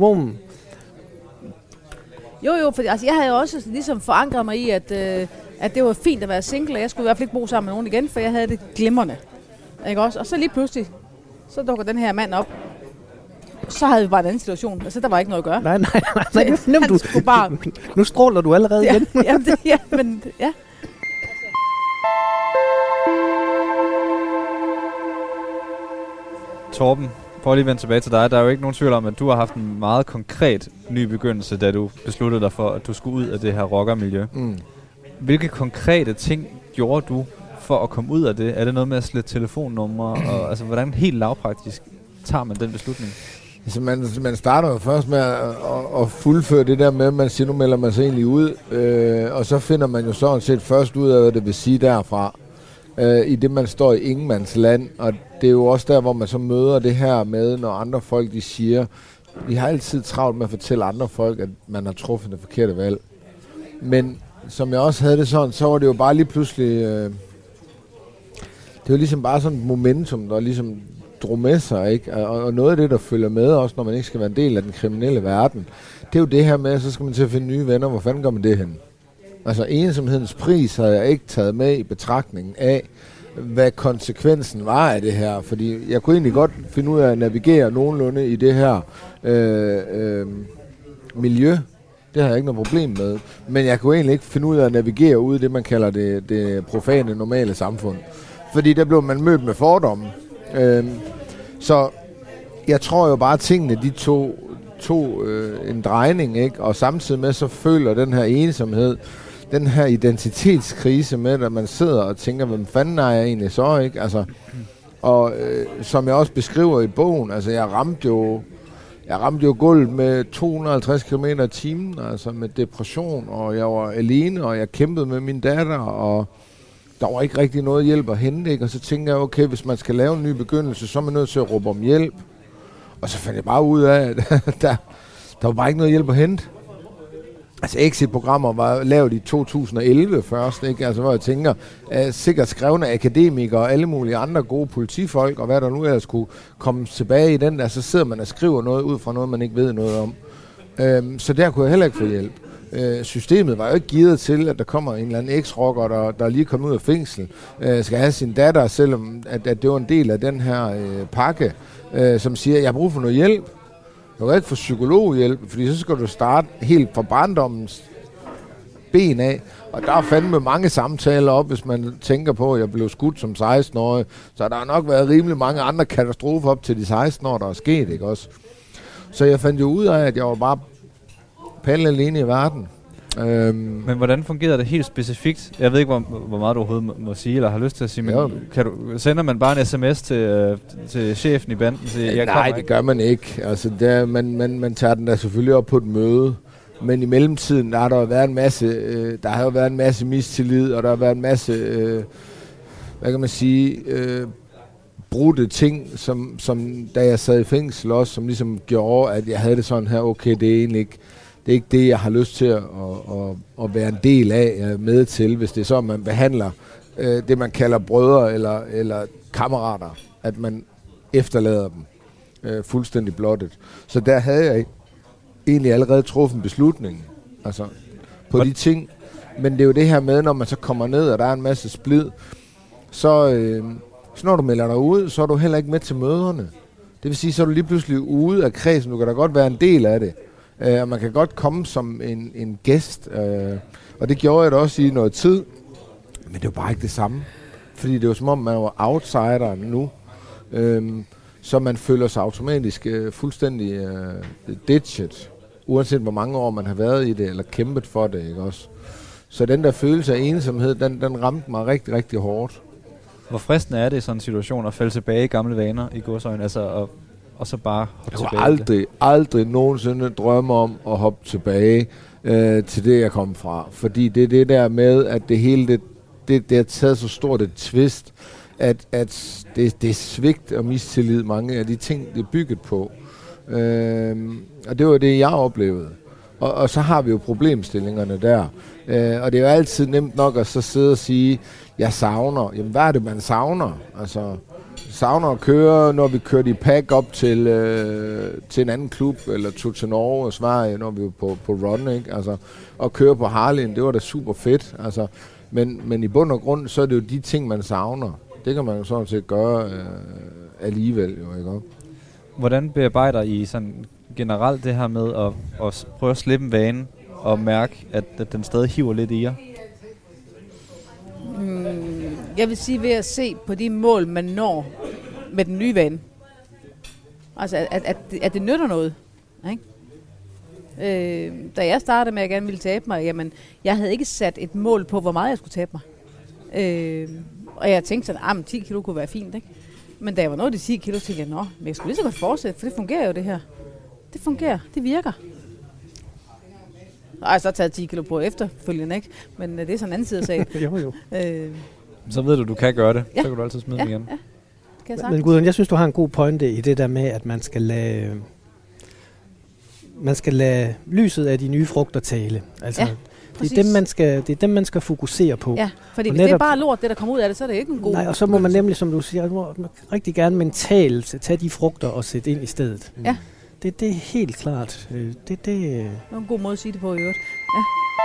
Jo, for altså, jeg havde jo også ligesom forankret mig i, at det var fint at være single, og jeg skulle i hvert fald ikke bo sammen med nogen igen, for jeg havde det glimrende. Ikke også? Og så lige pludselig, så dukker den her mand op. Så havde vi bare en anden situation. Altså, der var ikke noget at gøre. Nej, det er nemt, nu stråler du allerede igen. Men. Torben, for at lige vende tilbage til dig. Der er jo ikke nogen tvivl om, at du har haft en meget konkret ny begyndelse, da du besluttede dig for, at du skulle ud af det her rockermiljø. Hvilke konkrete ting gjorde du for at komme ud af det? Er det noget med at slette telefonnumre? Og, altså, hvordan helt lavpraktisk tager man den beslutning? Altså, man starter jo først med at fuldføre det der med, at man siger, nu melder man sig egentlig ud. Og så finder man jo sådan set først ud af, hvad det vil sige derfra. I det, man står i ingenmands land. Og det er jo også der, hvor man så møder det her med, når andre folk, de siger, vi har altid travlt med at fortælle andre folk, at man har truffet det forkerte valg. Men som jeg også havde det sådan, så var det jo bare lige pludselig, det var ligesom bare sådan et momentum, der ligesom drog med sig, ikke? Og noget af det, der følger med, også når man ikke skal være en del af den kriminelle verden, det er jo det her med, så skal man til at finde nye venner. Hvor fanden gør man det hen? Altså ensomhedens pris havde jeg ikke taget med i betragtningen af, hvad konsekvensen var af det her. Fordi jeg kunne egentlig godt finde ud af at navigere nogenlunde i det her miljø. Det har jeg ikke noget problem med. Men jeg kunne egentlig ikke finde ud af at navigere ud i det, man kalder det profane, normale samfund. Fordi der blev man mødt med fordomme. Så jeg tror jo bare, at tingene de tog en drejning, ikke? Og samtidig med så føler den her ensomhed, den her identitetskrise med, at man sidder og tænker, hvem fanden er jeg egentlig så, ikke? Altså, og som jeg også beskriver i bogen, altså jeg ramte jo gulvet med 250 km i timen, altså med depression, og jeg var alene, og jeg kæmpede med min datter, og der var ikke rigtig noget hjælp at hente, ikke? Og så tænkte jeg, okay, hvis man skal lave en ny begyndelse, så er man nødt til at råbe om hjælp. Og så fandt jeg bare ud af, at der var bare ikke noget hjælp at hente. Altså exit-programmer var lavet i 2011 først, ikke? Altså hvor jeg tænker, sikkert skrevne akademikere og alle mulige andre gode politifolk, og hvad der nu ellers kunne komme tilbage i den der, så sidder man og skriver noget ud fra noget, man ikke ved noget om. Så der kunne jeg heller ikke få hjælp. Systemet var jo ikke gearet til, at der kommer en eller anden eks-rocker, der lige kom ud af fængsel, skal have sin datter, selvom at det var en del af den her pakke, som siger, jeg har brug for noget hjælp. Du kan ikke få psykologhjælp, fordi så skal du starte helt fra barndommens ben af. Og der er fandme mange samtaler op, hvis man tænker på, at jeg blev skudt som 16-årig. Så der har nok været rimelig mange andre katastrofer op til de 16 år, der er sket, ikke også? Så jeg fandt jo ud af, at jeg var bare palle alene i verden. Men hvordan fungerer det helt specifikt? Jeg ved ikke, hvor meget du overhovedet må sige, eller har lyst til at sige, men sender man bare en sms til chefen i banden? Nej, det gør man ikke. Altså, man tager den der selvfølgelig op på et møde, men i mellemtiden, der har jo været en masse mistillid, og der har været en masse, hvad kan man sige, brudte ting, som da jeg sad i fængsel også, som ligesom gjorde, at jeg havde det sådan her, okay, det er egentlig ikke, det er ikke det, jeg har lyst til at være en del af, med til, hvis det er så, man behandler det, man kalder brødre eller kammerater, at man efterlader dem fuldstændig blottet. Så der havde jeg egentlig allerede truffet en beslutning, altså på de ting. Men det er jo det her med, når man så kommer ned, og der er en masse splid, så når du melder dig ud, så er du heller ikke med til møderne. Det vil sige, så er du lige pludselig ude af kredsen. Du kan da godt være en del af det. Og man kan godt komme som en gæst. Og det gjorde jeg da også i noget tid. Men det var bare ikke det samme. Fordi det var som om, man var outsider nu. Så man føler sig automatisk fuldstændig ditchet. Uanset hvor mange år man har været i det, eller kæmpet for det, ikke også? Så den der følelse af ensomhed, den ramte mig rigtig, rigtig hårdt. Hvor fristende er det i sådan en situation at falde tilbage i gamle vaner i godsøjne, altså og så bare hoppe tilbage? Jeg aldrig nogensinde drømme om at hoppe tilbage til det, jeg kom fra. Fordi det er det der med, at det hele, det har taget så stort et twist, at det er svigt og mistillid, mange af de ting, det er bygget på. Og det var det, jeg oplevede. Og så har vi jo problemstillingerne der. Og det er jo altid nemt nok at så sidde og sige, jeg savner. Jamen, hvad er det, man savner? Altså, savner at køre, når vi kørte i pack op til en anden klub, eller tog til Norge og Sverige, når vi var på run, ikke? Altså, og køre på Harleyen, det var da super fedt. Altså, men i bund og grund, så er det jo de ting, man savner. Det kan man jo sådan set gøre alligevel, jo, ikke? Hvordan bearbejder I sådan generelt det her med at prøve at slippe en vane og mærke, at den stadig hiver lidt i jer? Jeg vil sige ved at se på de mål, man når med den nye vane. Altså, at det nytter noget. Ikke? Da jeg startede med, at jeg gerne ville tabe mig, jamen, jeg havde ikke sat et mål på, hvor meget jeg skulle tabe mig. Og jeg tænkte sådan, at 10 kilo kunne være fint, ikke? Men da jeg var nået de 10 kilo, tænkte jeg, men jeg skulle lige så godt fortsætte, for det fungerer jo det her. Det fungerer, det virker. Og jeg har så taget 10 kilo på efterfølgende, ikke? Men det er sådan en anden side af sagen. jo. Så ved du kan gøre det. Ja. Så kan du altid smide dem igen. Ja. Men Gudrun, jeg synes, du har en god pointe i det der med, at man skal lade lyset af de nye frugter tale. Altså, det er dem, man skal fokusere på. Ja, fordi hvis det er bare lort, det der kommer ud af det, så er det ikke en god... Nej, og så må man nemlig, som du siger, rigtig gerne mentalt tage de frugter og sætte ind i stedet. Ja. Det er helt klart. Det er en god måde at sige det på i øvrigt. Ja.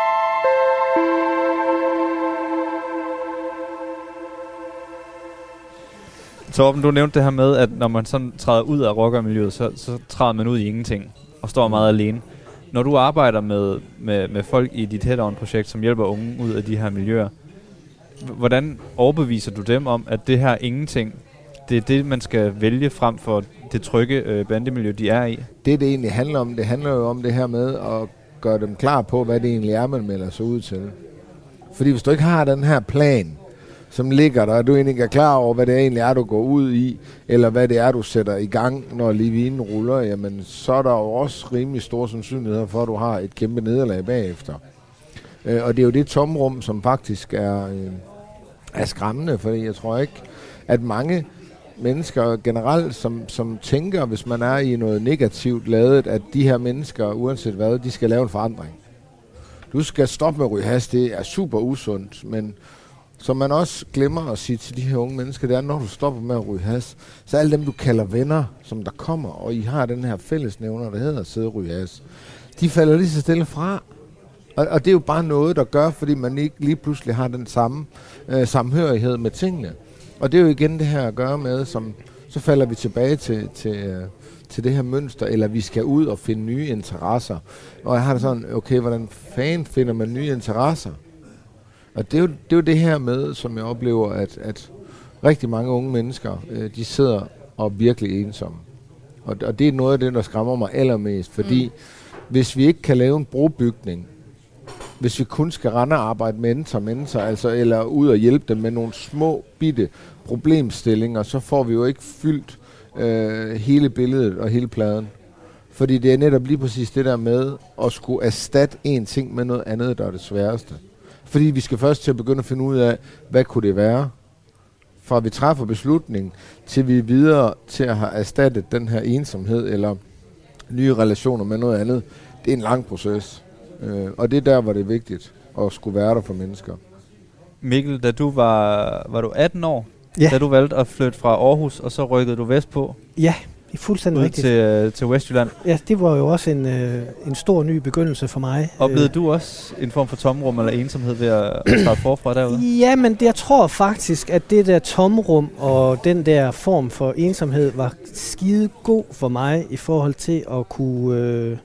Torben, du nævnte det her med, at når man sådan træder ud af rockermiljøet, så træder man ud i ingenting og står meget alene. Når du arbejder med folk i dit head-on-projekt, som hjælper unge ud af de her miljøer, hvordan overbeviser du dem om, at det her ingenting det er det, man skal vælge frem for det trygge bandemiljø, de er i? Det egentlig handler om, det handler jo om det her med at gøre dem klar på, hvad det egentlig er, man melder sig ud til. Fordi hvis du ikke har den her plan, som ligger der, og du egentlig ikke er klar over, hvad det egentlig er, du går ud i, eller hvad det er, du sætter i gang, når lavinen ruller, jamen så er der jo også rimelig store sandsynligheder for, at du har et kæmpe nederlag bagefter. Og det er jo det tomrum, som faktisk er skræmmende, fordi jeg tror ikke, at mange mennesker generelt, som tænker, hvis man er i noget negativt ladet, at de her mennesker, uanset hvad, de skal lave en forandring. Du skal stoppe med at ryge hash, det er super usundt, men som man også glemmer at sige til de her unge mennesker, det er, når du stopper med at ryge hash, så alle dem, du kalder venner, som der kommer, og I har den her fællesnævner, der hedder at sidde og ryge hash, de falder lige så stille fra. Og det er jo bare noget, der gør, fordi man ikke lige pludselig har den samme samhørighed med tingene. Og det er jo igen det her at gøre med, som så falder vi tilbage til det her mønster, eller vi skal ud og finde nye interesser. Og jeg har det sådan, okay, hvordan fanden finder man nye interesser? Og det er jo det her med, som jeg oplever, at rigtig mange unge mennesker, de sidder og er virkelig ensomme. Og det er noget af det, der skræmmer mig allermest, fordi hvis vi ikke kan lave en brobygning, hvis vi kun skal rende og arbejde med mennesker, altså, eller ud og hjælpe dem med nogle små, bitte problemstillinger, så får vi jo ikke fyldt hele billedet og hele pladen. Fordi det er netop lige præcis det der med at skulle erstatte en ting med noget andet, der er det sværeste. Fordi vi skal først til at begynde at finde ud af, hvad kunne det være, fra vi træffer beslutningen, til vi er videre til at have erstattet den her ensomhed, eller nye relationer med noget andet. Det er en lang proces. Og det er der, hvor det er vigtigt at skulle være der for mennesker. Mikkel, da du var du 18 år, ja. Da du valgte at flytte fra Aarhus, og så rykkede du vestpå? Ja, det er fuldstændig rigtigt. Til Vestjylland? Ja, det var jo også en stor ny begyndelse for mig. Oplevede du også en form for tomrum eller ensomhed ved at starte forfra derude? Ja, men jeg tror faktisk, at det der tomrum og den der form for ensomhed var skide god for mig i forhold til at kunne...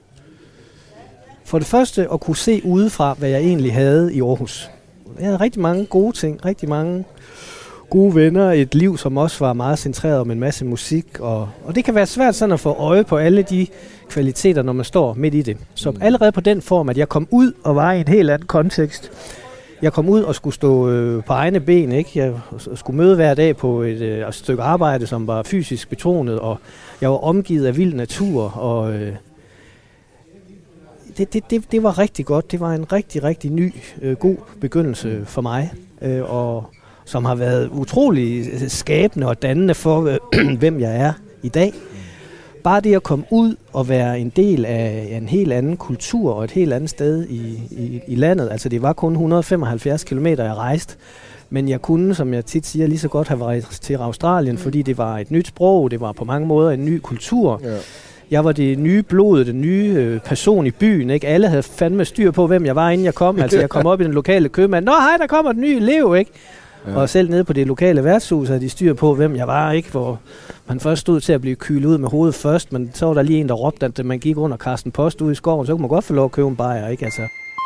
For det første at kunne se udefra, hvad jeg egentlig havde i Aarhus. Jeg havde rigtig mange gode ting, rigtig mange gode venner, et liv, som også var meget centreret om en masse musik. Og det kan være svært sådan at få øje på alle de kvaliteter, når man står midt i det. Så allerede på den form, at jeg kom ud og var i en helt anden kontekst. Jeg kom ud og skulle stå på egne ben, ikke? Jeg skulle møde hver dag på et stykke arbejde, som var fysisk betonet, og jeg var omgivet af vild natur, og... Det var rigtig godt. Det var en rigtig, rigtig ny, god begyndelse for mig, og som har været utrolig skabende og dannende for, hvem jeg er i dag. Bare det at komme ud og være en del af en helt anden kultur og et helt andet sted i landet. Altså det var kun 175 kilometer, jeg rejste, men jeg kunne, som jeg tit siger, lige så godt have været til Australien, fordi det var et nyt sprog, det var på mange måder en ny kultur. Ja. Jeg var det nye blod, den nye person i byen, ikke? Alle havde fandme styr på, hvem jeg var, inden jeg kom. Altså, jeg kom op i den lokale købmand. Nå, hej, der kommer den nye elev, ikke? Ja. Og selv nede på det lokale værtshus havde de styr på, hvem jeg var, ikke? Hvor man først stod til at blive kylet ud med hovedet først, men så var der lige en, der råbte, at man gik under Carsten Post ude i skoven, så kunne man godt få lov at købe en bajer, ikke? Altså.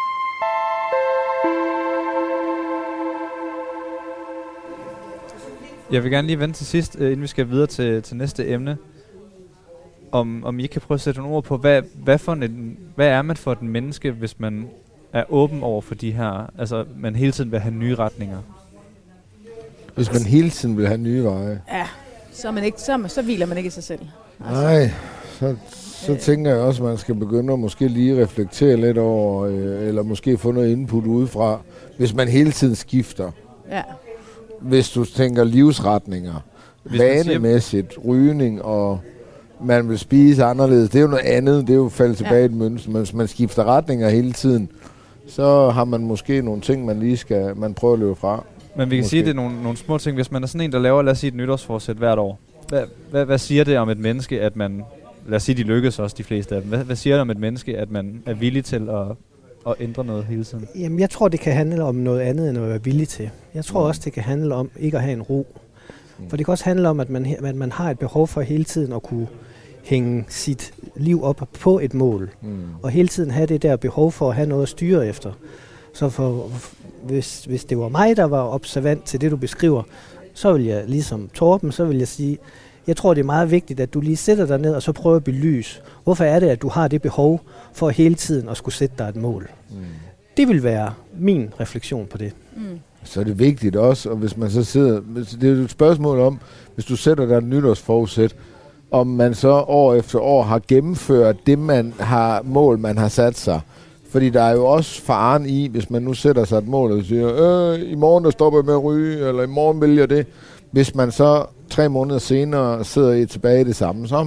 Jeg vil gerne lige vente til sidst, inden vi skal videre til næste emne. Om I kan prøve at sætte nogle ord på, hvad er man for et menneske, hvis man er åben over for de her, altså man hele tiden vil have nye retninger? Hvis man hele tiden vil have nye veje? Ja, så hviler man ikke i sig selv. Altså. Nej, så tænker jeg også, at man skal begynde at måske lige reflektere lidt over, eller måske få noget input udefra, hvis man hele tiden skifter. Ja. Hvis du tænker livsretninger, vanemæssigt, rygning og... man vil spise anderledes. Det er jo noget andet. Det er jo falde tilbage i et mønster. Men hvis man skifter retninger hele tiden, så har man måske nogle ting, man lige skal prøve at løbe fra. Men vi kan sige, at det er nogle små ting. Hvis man er sådan en, der laver, lad os sige, et nytårsforsæt hvert år. Hvad siger det om et menneske, at man... Lad os sige, de lykkes også, de fleste af dem. Hvad siger det om et menneske, at man er villig til at ændre noget hele tiden? Jamen, jeg tror, det kan handle om noget andet, end at være villig til. Jeg tror også, det kan handle om ikke at have en ro. For det kan også handle om, at man har et behov for hele tiden at kunne hænge sit liv op på et mål. Og hele tiden have det der behov for at have noget at styre efter. Så hvis det var mig, der var observant til det, du beskriver, så vil jeg, ligesom Torben, så vil jeg sige, jeg tror, det er meget vigtigt, at du lige sætter dig ned og så prøver at belyse, hvorfor er det, at du har det behov for hele tiden at skulle sætte dig et mål. Det vil være min refleksion på det. Så er det vigtigt også, og hvis man så sidder, det er jo et spørgsmål om, hvis du sætter dig et nytårsforsæt, om man så år efter år har gennemført det mål, man har sat sig. Fordi der er jo også faren i, hvis man nu sætter sig et mål og siger, i morgen der stopper jeg med at ryge, eller i morgen vil jeg det. Hvis man så 3 måneder senere sidder tilbage i det samme, så har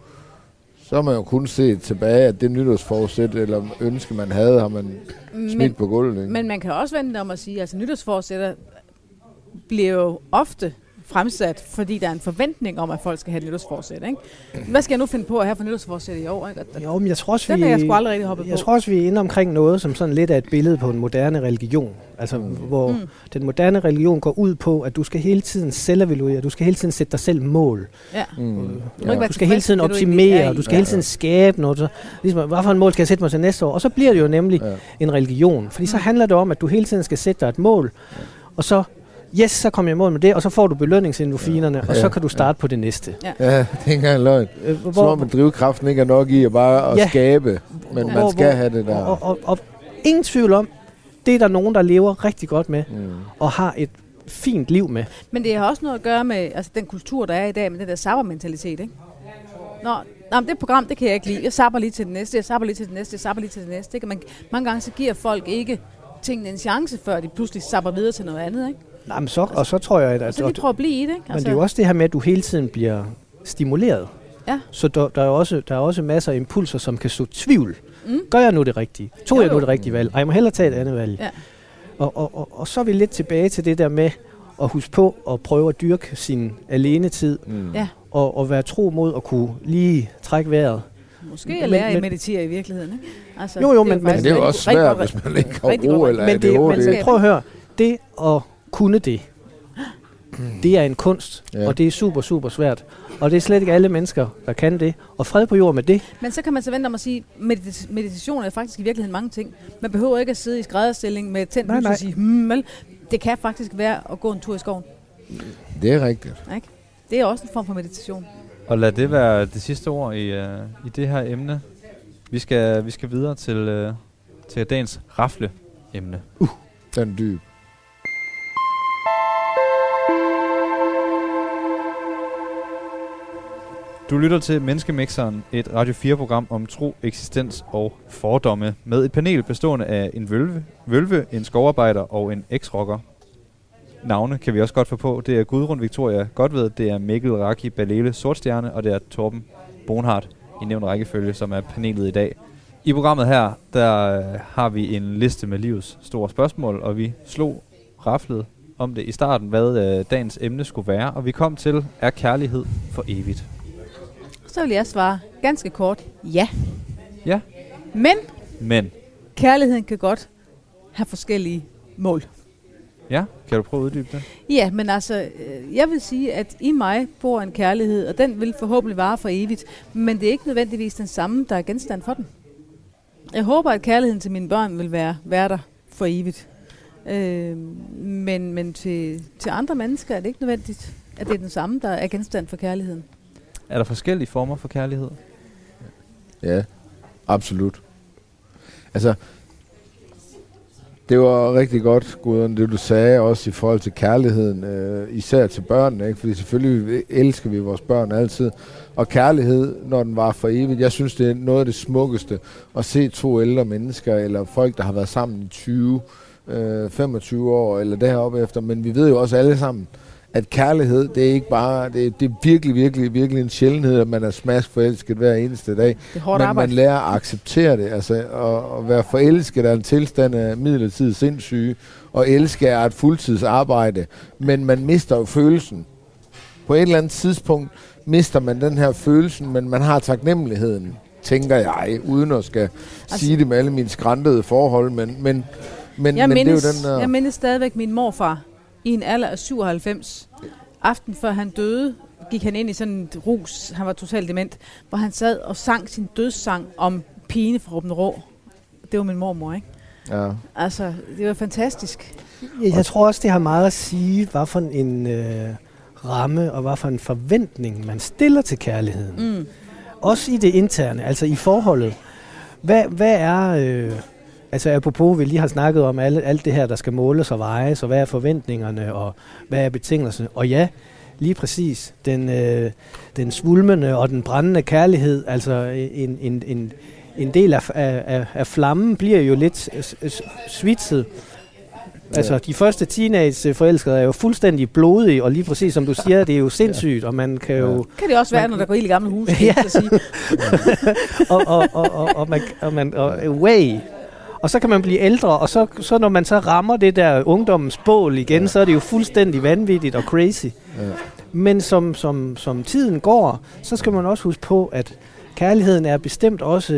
man jo kun set tilbage, at det nytårsforsæt eller ønske, man havde, har man smidt på gulvet. Ikke? Men man kan også vente om at sige, at altså, nytårsforsætter bliver jo ofte fremsat, fordi der er en forventning om, at folk skal have et nytårsforsæt, ikke? Hvad skal jeg nu finde på at have for nytårsforsæt i år? Ikke? Jo, men jeg tror også, den er jeg sgu aldrig rigtig hoppet på. Jeg tror også, vi er inde omkring noget, som sådan lidt er et billede på en moderne religion. Altså, hvor den moderne religion går ud på, at du skal hele tiden selvevaluere, du skal hele tiden sætte dig selv mål. Ja. Du skal hele tiden optimere, du skal hele tiden skabe noget. Så, ligesom, hvad for en mål skal jeg sætte mig til næste år? Og så bliver det jo nemlig en religion. Fordi så handler det om, at du hele tiden skal sætte dig et mål, og så så kommer jeg i mål med det, og så får du belønningsendorfinerne, og så kan du starte på det næste. Ja, det er ikke engang løgn. Som om drivkraften ikke er nok i at bare at skabe, men man skal have det der. Og ingen tvivl om, det er der nogen, der lever rigtig godt med, og har et fint liv med. Men det har også noget at gøre med altså, den kultur, der er i dag, med den der sabbermentalitet, ikke? Nå, det program, det kan jeg ikke lide. Jeg sabber lige til det næste, jeg sabber lige til det næste, jeg sabber lige til det næste. Ikke? Mange gange så giver folk ikke tingene en chance, før de pludselig sabber videre til noget andet, ikke? Nej, men så tror jeg, at så de prøver at blive i det, ikke? Men det er jo også det her med, at du hele tiden bliver stimuleret. Ja. Så der er også masser af impulser, som kan stå tvivl. Gør jeg nu det rigtige? Tog jeg nu det rigtige valg? Jeg må hellere tage et andet valg. Ja. Og så er vi lidt tilbage til det der med at huske på at prøve at dyrke sin alenetid. Og være tro mod at kunne lige trække vejret. Måske at lære at meditere i virkeligheden, ikke? Altså, jo, men det er jo også svært, hvis man ikke har ro eller ADHD. Men prøv at høre, det at kunne det er en kunst, og det er super, super svært. Og det er slet ikke alle mennesker, der kan det. Og fred på jord med det. Men så kan man så vente om at sige, meditation er faktisk i virkeligheden mange ting. Man behøver ikke at sidde i skrædderstilling med tændt lys og sige, det kan faktisk være at gå en tur i skoven. Det er rigtigt. Ikke? Det er også en form for meditation. Og lad det være det sidste ord i det her emne. Vi skal videre til dagens rafle-emne. Den er dyb. Du lytter til Menneskemixeren, et Radio 4-program om tro, eksistens og fordomme, med et panel bestående af en vølve, en skovarbejder og en eks-rocker. Navne kan vi også godt få på. Det er Gudrun Victoria Godved, det er Mikkel Raki Balele Sortstjerne, og det er Torben Bonhardt i nævnt rækkefølge, som er panelet i dag. I programmet her, der har vi en liste med livets store spørgsmål, og vi raflede om det i starten, hvad dagens emne skulle være, og vi kom til, er kærlighed for evigt? Så vil jeg svare ganske kort, ja. Ja. Men kærligheden kan godt have forskellige mål. Ja, kan du prøve at uddybe det? Ja, men altså, jeg vil sige, at i mig bor en kærlighed, og den vil forhåbentlig vare for evigt, men det er ikke nødvendigvis den samme, der er genstand for den. Jeg håber, at kærligheden til mine børn vil være der for evigt. Men til andre mennesker er det ikke nødvendigt, at det er den samme, der er genstand for kærligheden. Er der forskellige former for kærlighed? Ja, absolut. Altså, det var rigtig godt, Gudrun, det du sagde, også i forhold til kærligheden, især til børnene, ikke? Fordi selvfølgelig elsker vi vores børn altid. Og kærlighed, når den var for evigt, jeg synes, det er noget af det smukkeste at se 2 ældre mennesker, eller folk, der har været sammen i 20, 25 år, eller deroppe efter. Men vi ved jo også alle sammen, at kærlighed, det er ikke bare, det er virkelig, virkelig, virkelig en sjældenhed, at man er smaskforelsket hver eneste dag. Men man lærer at acceptere det. Altså, at være forelsket er en tilstand af midlertidig sindssyge, og elske er et fuldtidsarbejde. Men man mister jo følelsen. På et eller andet tidspunkt mister man den her følelse, men man har taknemmeligheden, tænker jeg, uden at skal sige det med alle mine skrantede forhold. Men det er jo den der... Jeg mindes stadigvæk min morfar, i en alder af 97. Aften før han døde, gik han ind i sådan et rus, han var totalt dement, hvor han sad og sang sin dødssang om pigene fra Aabenraa. Det var min mormor, ikke? Ja. Altså, det var fantastisk. Jeg tror også, det har meget at sige, hvad for en ramme og hvad for en forventning, man stiller til kærligheden. Mm. Også i det interne, altså i forholdet. Hvad er... altså apropos, vi lige har snakket om alt det her, der skal måles og vejes, og hvad er forventningerne, og hvad er betingelserne. Og ja, lige præcis, den svulmende og den brændende kærlighed, altså en del af flammen bliver jo lidt svitset. Altså, de første teenage-forelskede er jo fuldstændig blodige, og lige præcis som du siger, det er jo sindssygt, og man kan jo... Kan det også være, når der går ild i gamle huse, ja. Kan jeg sige. Og så kan man blive ældre, og så når man så rammer det der ungdommens bål igen, så er det jo fuldstændig vanvittigt og crazy. Ja. Men som tiden går, så skal man også huske på, at kærligheden er bestemt også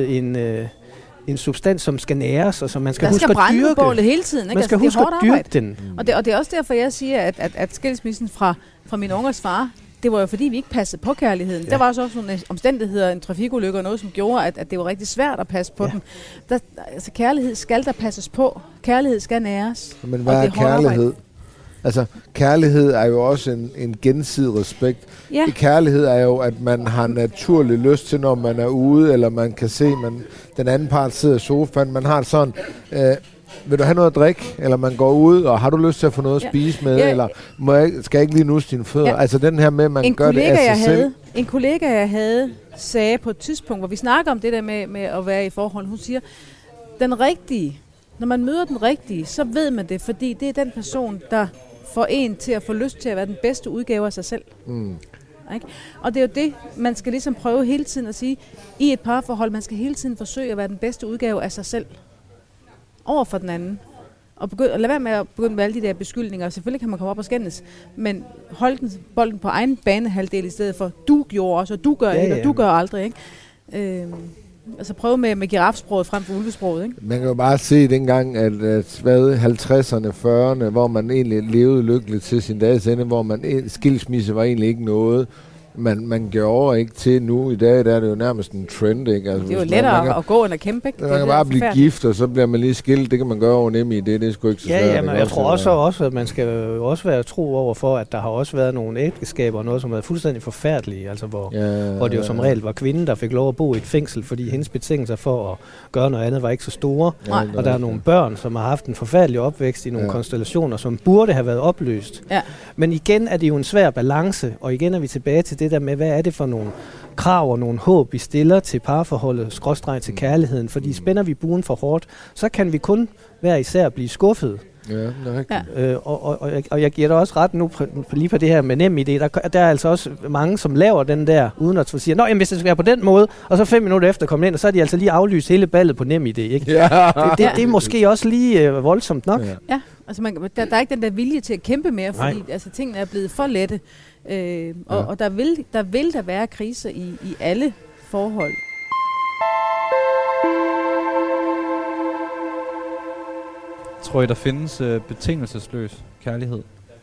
en substans, som skal næres, og som man skal huske at dyrke. Der skal brænde bålet hele tiden, ikke? Man skal huske at dyrke den. Og det er også derfor, jeg siger, at skilsmissen fra min ungers far, det var jo fordi, vi ikke passede på kærligheden. Ja. Der var også nogle omstændigheder, en trafikulykke og noget, som gjorde, at det var rigtig svært at passe på den. Altså kærlighed skal der passes på. Kærlighed skal næres. Men hvad er kærlighed? Altså, kærlighed er jo også en gensidig respekt. Ja. Kærlighed er jo, at man har naturlig lyst til, når man er ude, eller man kan se, den anden part sidder i sofaen. Man har sådan, vil du have noget at drikke? Eller man går ud, og har du lyst til at få noget at spise med? Eller skal jeg ikke lige nusse dine fødder? Ja. Altså den her med, at man gør det af sig selv. En kollega, jeg havde, sagde på et tidspunkt, hvor vi snakker om det der med at være i forhold. Hun siger, den rigtige, når man møder den rigtige, så ved man det, fordi det er den person, der får en til at få lyst til at være den bedste udgave af sig selv. Mm. Ikke? Og det er jo det, man skal ligesom prøve hele tiden at sige, i et parforhold, man skal hele tiden forsøge at være den bedste udgave af sig selv over for den anden. Og lad være med at begynde med alle de der beskyldninger. Selvfølgelig kan man komme op og skændes, men hold bolden på egen banehalvdel i stedet for, du gjorde også, og du gør ikke, og du gør aldrig. Ikke? Altså prøve med girafsproget frem for ulvesproget, ikke? Man kan jo bare se dengang, at 50'erne, 40'erne, hvor man egentlig levede lykkeligt til sin dages ende, hvor skilsmisse var egentlig ikke noget, man gjorde ikke til nu. I dag der er det jo nærmest en trend, ikke? Altså, det er jo lettere at gå end at kæmpe, ikke? Man kan bare blive gift, og så bliver man lige skilt. Det kan man gøre over nemme i det er sgu ikke så svært. Ja, men jeg tror også, at man skal jo også være tro over for, at der har også været nogle ægteskaber og noget, som har været fuldstændig forfærdelige, altså hvor det jo som regel var kvinden, der fik lov at bo i et fængsel, fordi hendes betingelser for at gøre noget andet var ikke så store. Ja, og der er nogle børn, som har haft en forfærdelig opvækst i nogle konstellationer, som burde have været opløst. Ja. Men igen er det jo en svær balance, og igen er vi tilbage til det der med, hvad er det for nogle krav og nogle håb, vi stiller til parforholdet, skråstreg til kærligheden, fordi spænder vi buen for hårdt, så kan vi kun hver især blive skuffet. Ja, det er rigtigt. Og jeg giver dig også ret nu lige på det her med NemID. Der er altså også mange, som laver den der, uden at sige, nå, jamen, hvis det skal være på den måde, og så 5 minutter efter kommer ind, og så er de altså lige aflyst hele ballet på NemID, ikke? Ja. Det er måske også lige voldsomt nok. Ja, altså der er ikke den der vilje til at kæmpe mere, fordi altså, tingene er blevet for lette. Og der vil være kriser i alle forhold. Tror I, der findes betingelsesløs kærlighed?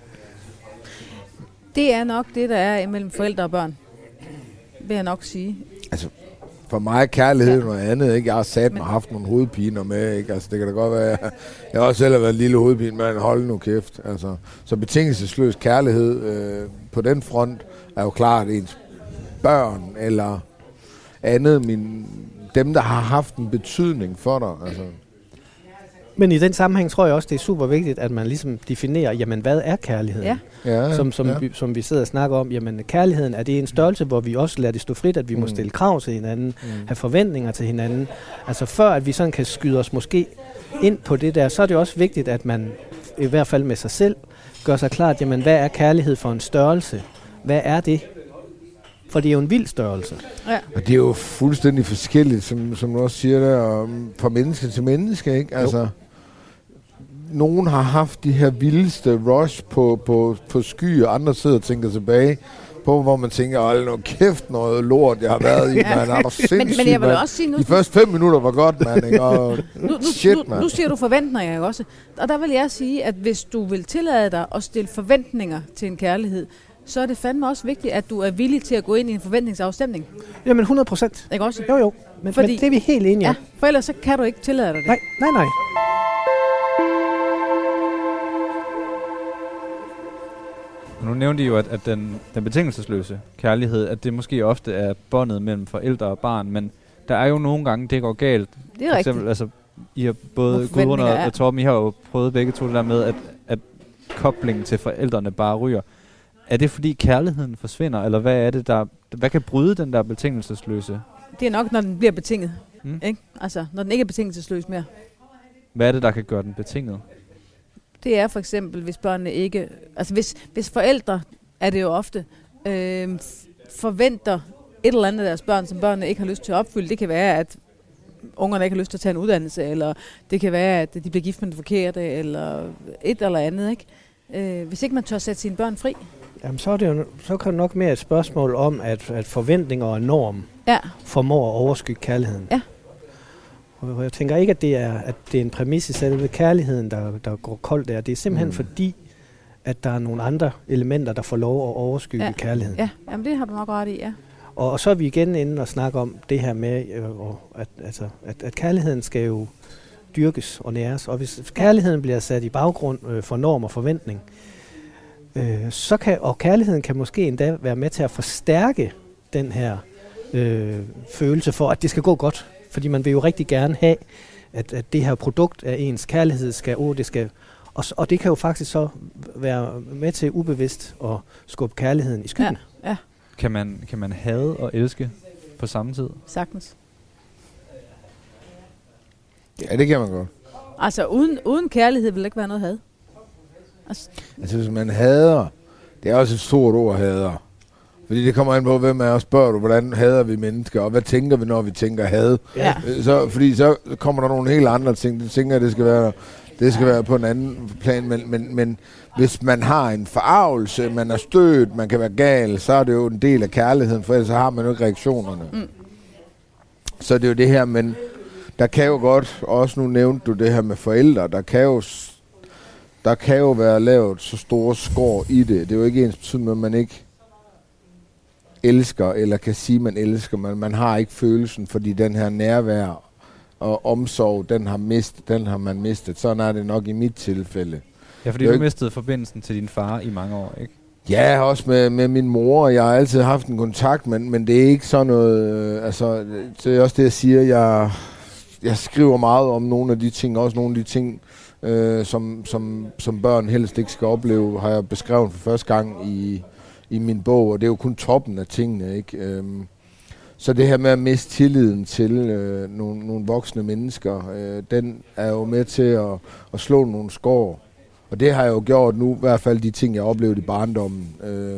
Det er nok det, der er mellem forældre og børn, vil jeg nok sige. Altså, for mig er kærlighed noget andet, ikke? Jeg har sat mig haft nogle hovedpiner med, ikke? Altså, det kan da godt være, jeg har også selv været en lille hovedpine, men hold nu kæft. Altså, så betingelsesløs kærlighed på den front er jo klart ens børn eller andet, dem, der har haft en betydning for dig, altså. Men i den sammenhæng tror jeg også, det er super vigtigt, at man ligesom definerer, jamen hvad er kærligheden? Ja. Som vi sidder og snakker om, jamen kærligheden, er det en størrelse, hvor vi også lader det stå frit, at vi må stille krav til hinanden, have forventninger til hinanden. Altså før, at vi sådan kan skyde os måske ind på det der, så er det også vigtigt, at man i hvert fald med sig selv gør sig klart, jamen hvad er kærlighed for en størrelse? Hvad er det? For det er jo en vild størrelse. Ja. Og det er jo fuldstændig forskelligt, som du også siger der, fra menneske til menneske, ikke? Altså, nogen har haft de her vildeste rush på sky, og andre sidder og tænker tilbage på, hvor man tænker, hold nu kæft noget lort, jeg har været i, man er der sindssygt, men jeg vil også sige, de første 5 minutter var godt, man, ikke? Og nu siger du forventninger jo også. Og der vil jeg sige, at hvis du vil tillade dig at stille forventninger til en kærlighed, så er det fandme også vigtigt, at du er villig til at gå ind i en forventningsafstemning. Jamen 100%. Ikke også? Jo. Men det er vi helt enige om. Ja, for ellers så kan du ikke tillade dig det. Nej. nu nævnte I jo, at den betingelsesløse kærlighed, at det måske ofte er båndet mellem forældre og barn, men der er jo nogle gange, det går galt. Det er rigtigt. Altså, I har både Gudrun og Torben, I har jo prøvet begge to det der med, at koblingen til forældrene bare ryger. Er det fordi kærligheden forsvinder, eller hvad er det, hvad kan bryde den der betingelsesløse? Det er nok, når den bliver betinget. Ikke? Altså, når den ikke er betingelsesløs mere. Hvad er det, der kan gøre den betinget? Det er for eksempel, hvis børnene ikke... Altså, hvis forældre, er det jo ofte, forventer et eller andet af deres børn, som børnene ikke har lyst til at opfylde. Det kan være, at ungerne ikke har lyst til at tage en uddannelse, eller det kan være, at de bliver gift med den forkerte, eller et eller andet, ikke? Hvis ikke man tør sætte sine børn fri. Jamen, så kan det nok mere et spørgsmål om, at forventninger og norm formår at overskygge kærligheden. Ja. Og jeg tænker ikke, at det er en præmis i selve kærligheden, der går koldt der. Det er simpelthen fordi, at der er nogle andre elementer, der får lov at overskygge kærligheden. Ja, jamen det har du nok ret i, ja. Og så er vi igen inde og snakke om det her med, at kærligheden skal jo dyrkes og næres. Og hvis kærligheden bliver sat i baggrund for norm og forventning, og kærligheden kan måske endda være med til at forstærke den her følelse for, at det skal gå godt. Fordi man vil jo rigtig gerne have, at det her produkt af ens kærlighed skal... Og det kan jo faktisk så være med til ubevidst at skubbe kærligheden i skyggen. Ja. Kan man hade og elske på samme tid? Sagtens. Ja, det kan man godt. Altså, uden kærlighed vil der ikke være noget had. Altså, hvis man hader, det er også et stort ord, hader. Fordi det kommer an på, hvem er og spørger du, hvordan hader vi mennesker, og hvad tænker vi, når vi tænker had? Ja. Fordi så kommer der nogle helt andre ting. Det tænker jeg, det skal være på en anden plan, men hvis man har en forarvelse, man er stødt, man kan være gal, så er det jo en del af kærligheden, for ellers så har man jo ikke reaktionerne. Så det er jo det her, men der kan jo godt, også nu nævnte du det her med forældre, der kan jo være lavet så store skår i det. Det er jo ikke ens betydning, at man ikke elsker, eller kan sige, man elsker, men man har ikke følelsen, fordi den her nærvær og omsorg, den har man mistet. Sådan er det nok i mit tilfælde. Ja, fordi du mistede forbindelsen til din far i mange år, ikke? Ja, også med min mor, og jeg har altid haft en kontakt, men det er ikke sådan noget, det er også det, jeg siger, jeg skriver meget om nogle af de ting, også nogle af de ting, som børn helst ikke skal opleve, har jeg beskrevet for første gang i min bog, og det er jo kun toppen af tingene, ikke? Så det her med at miste tilliden til nogle voksne mennesker, den er jo med til at slå nogle skår. Og det har jeg jo gjort nu, i hvert fald de ting, jeg oplevede i barndommen,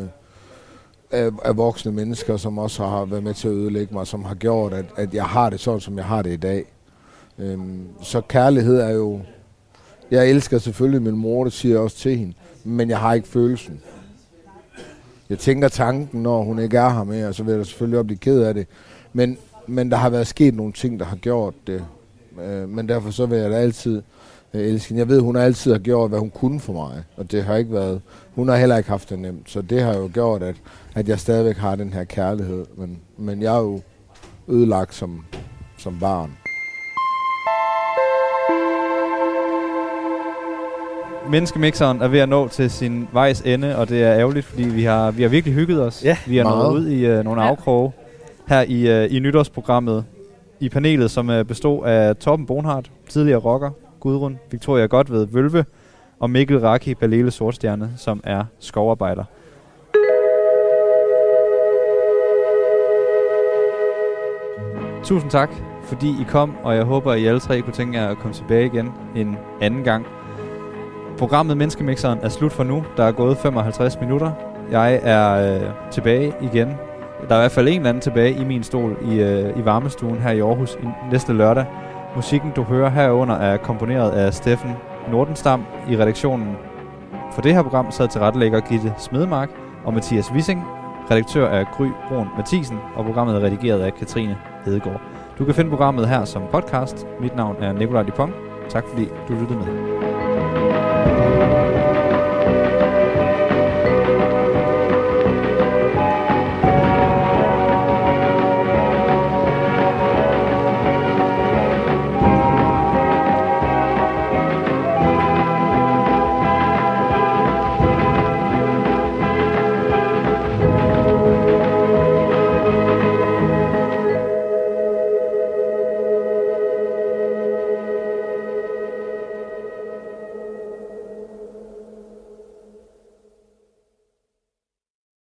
af voksne mennesker, som også har været med til at ødelægge mig, som har gjort, at jeg har det sådan, som jeg har det i dag. Så kærlighed er jo... Jeg elsker selvfølgelig min mor, det siger jeg også til hende, men jeg har ikke følelsen. Jeg tænker tanken, når hun ikke er her mere, så vil jeg selvfølgelig også blive ked af det. Men der har været sket nogle ting, der har gjort det. Men derfor så vil jeg da altid elske hende. Jeg ved, hun altid har gjort, hvad hun kunne for mig. Og det har ikke været... Hun har heller ikke haft det nemt. Så det har jo gjort, at jeg stadigvæk har den her kærlighed. Men jeg er jo ødelagt som barn. Menneskemixeren er ved at nå til sin vejs ende, og det er ærgerligt, fordi vi har virkelig hygget os. Ja, vi er nået ud i nogle afkroge her i nytårsprogrammet. I panelet, som bestod af Torben Bonhardt, tidligere rocker, Gudrun Victoria Godved Vølve, og Mikkel Raki Balele Sortstjerne, som er skovarbejder. Tusind tak, fordi I kom, og jeg håber, I alle tre kunne tænke jer at komme tilbage igen en anden gang. Programmet Menneskemixeren er slut for nu. Der er gået 55 minutter. Jeg er tilbage igen. Der er i hvert fald en eller anden tilbage i min stol i varmestuen her i Aarhus næste lørdag. Musikken, du hører herunder, er komponeret af Steffen Nordenstam. I redaktionen for det her program sad tilrettelægger Gitte Smedemark og Mathias Wissing. Redaktør er Gry Brun Mathisen, og programmet er redigeret af Katrine Hedegaard. Du kan finde programmet her som podcast. Mit navn er Nikolaj Dupont. Tak fordi du lyttede med.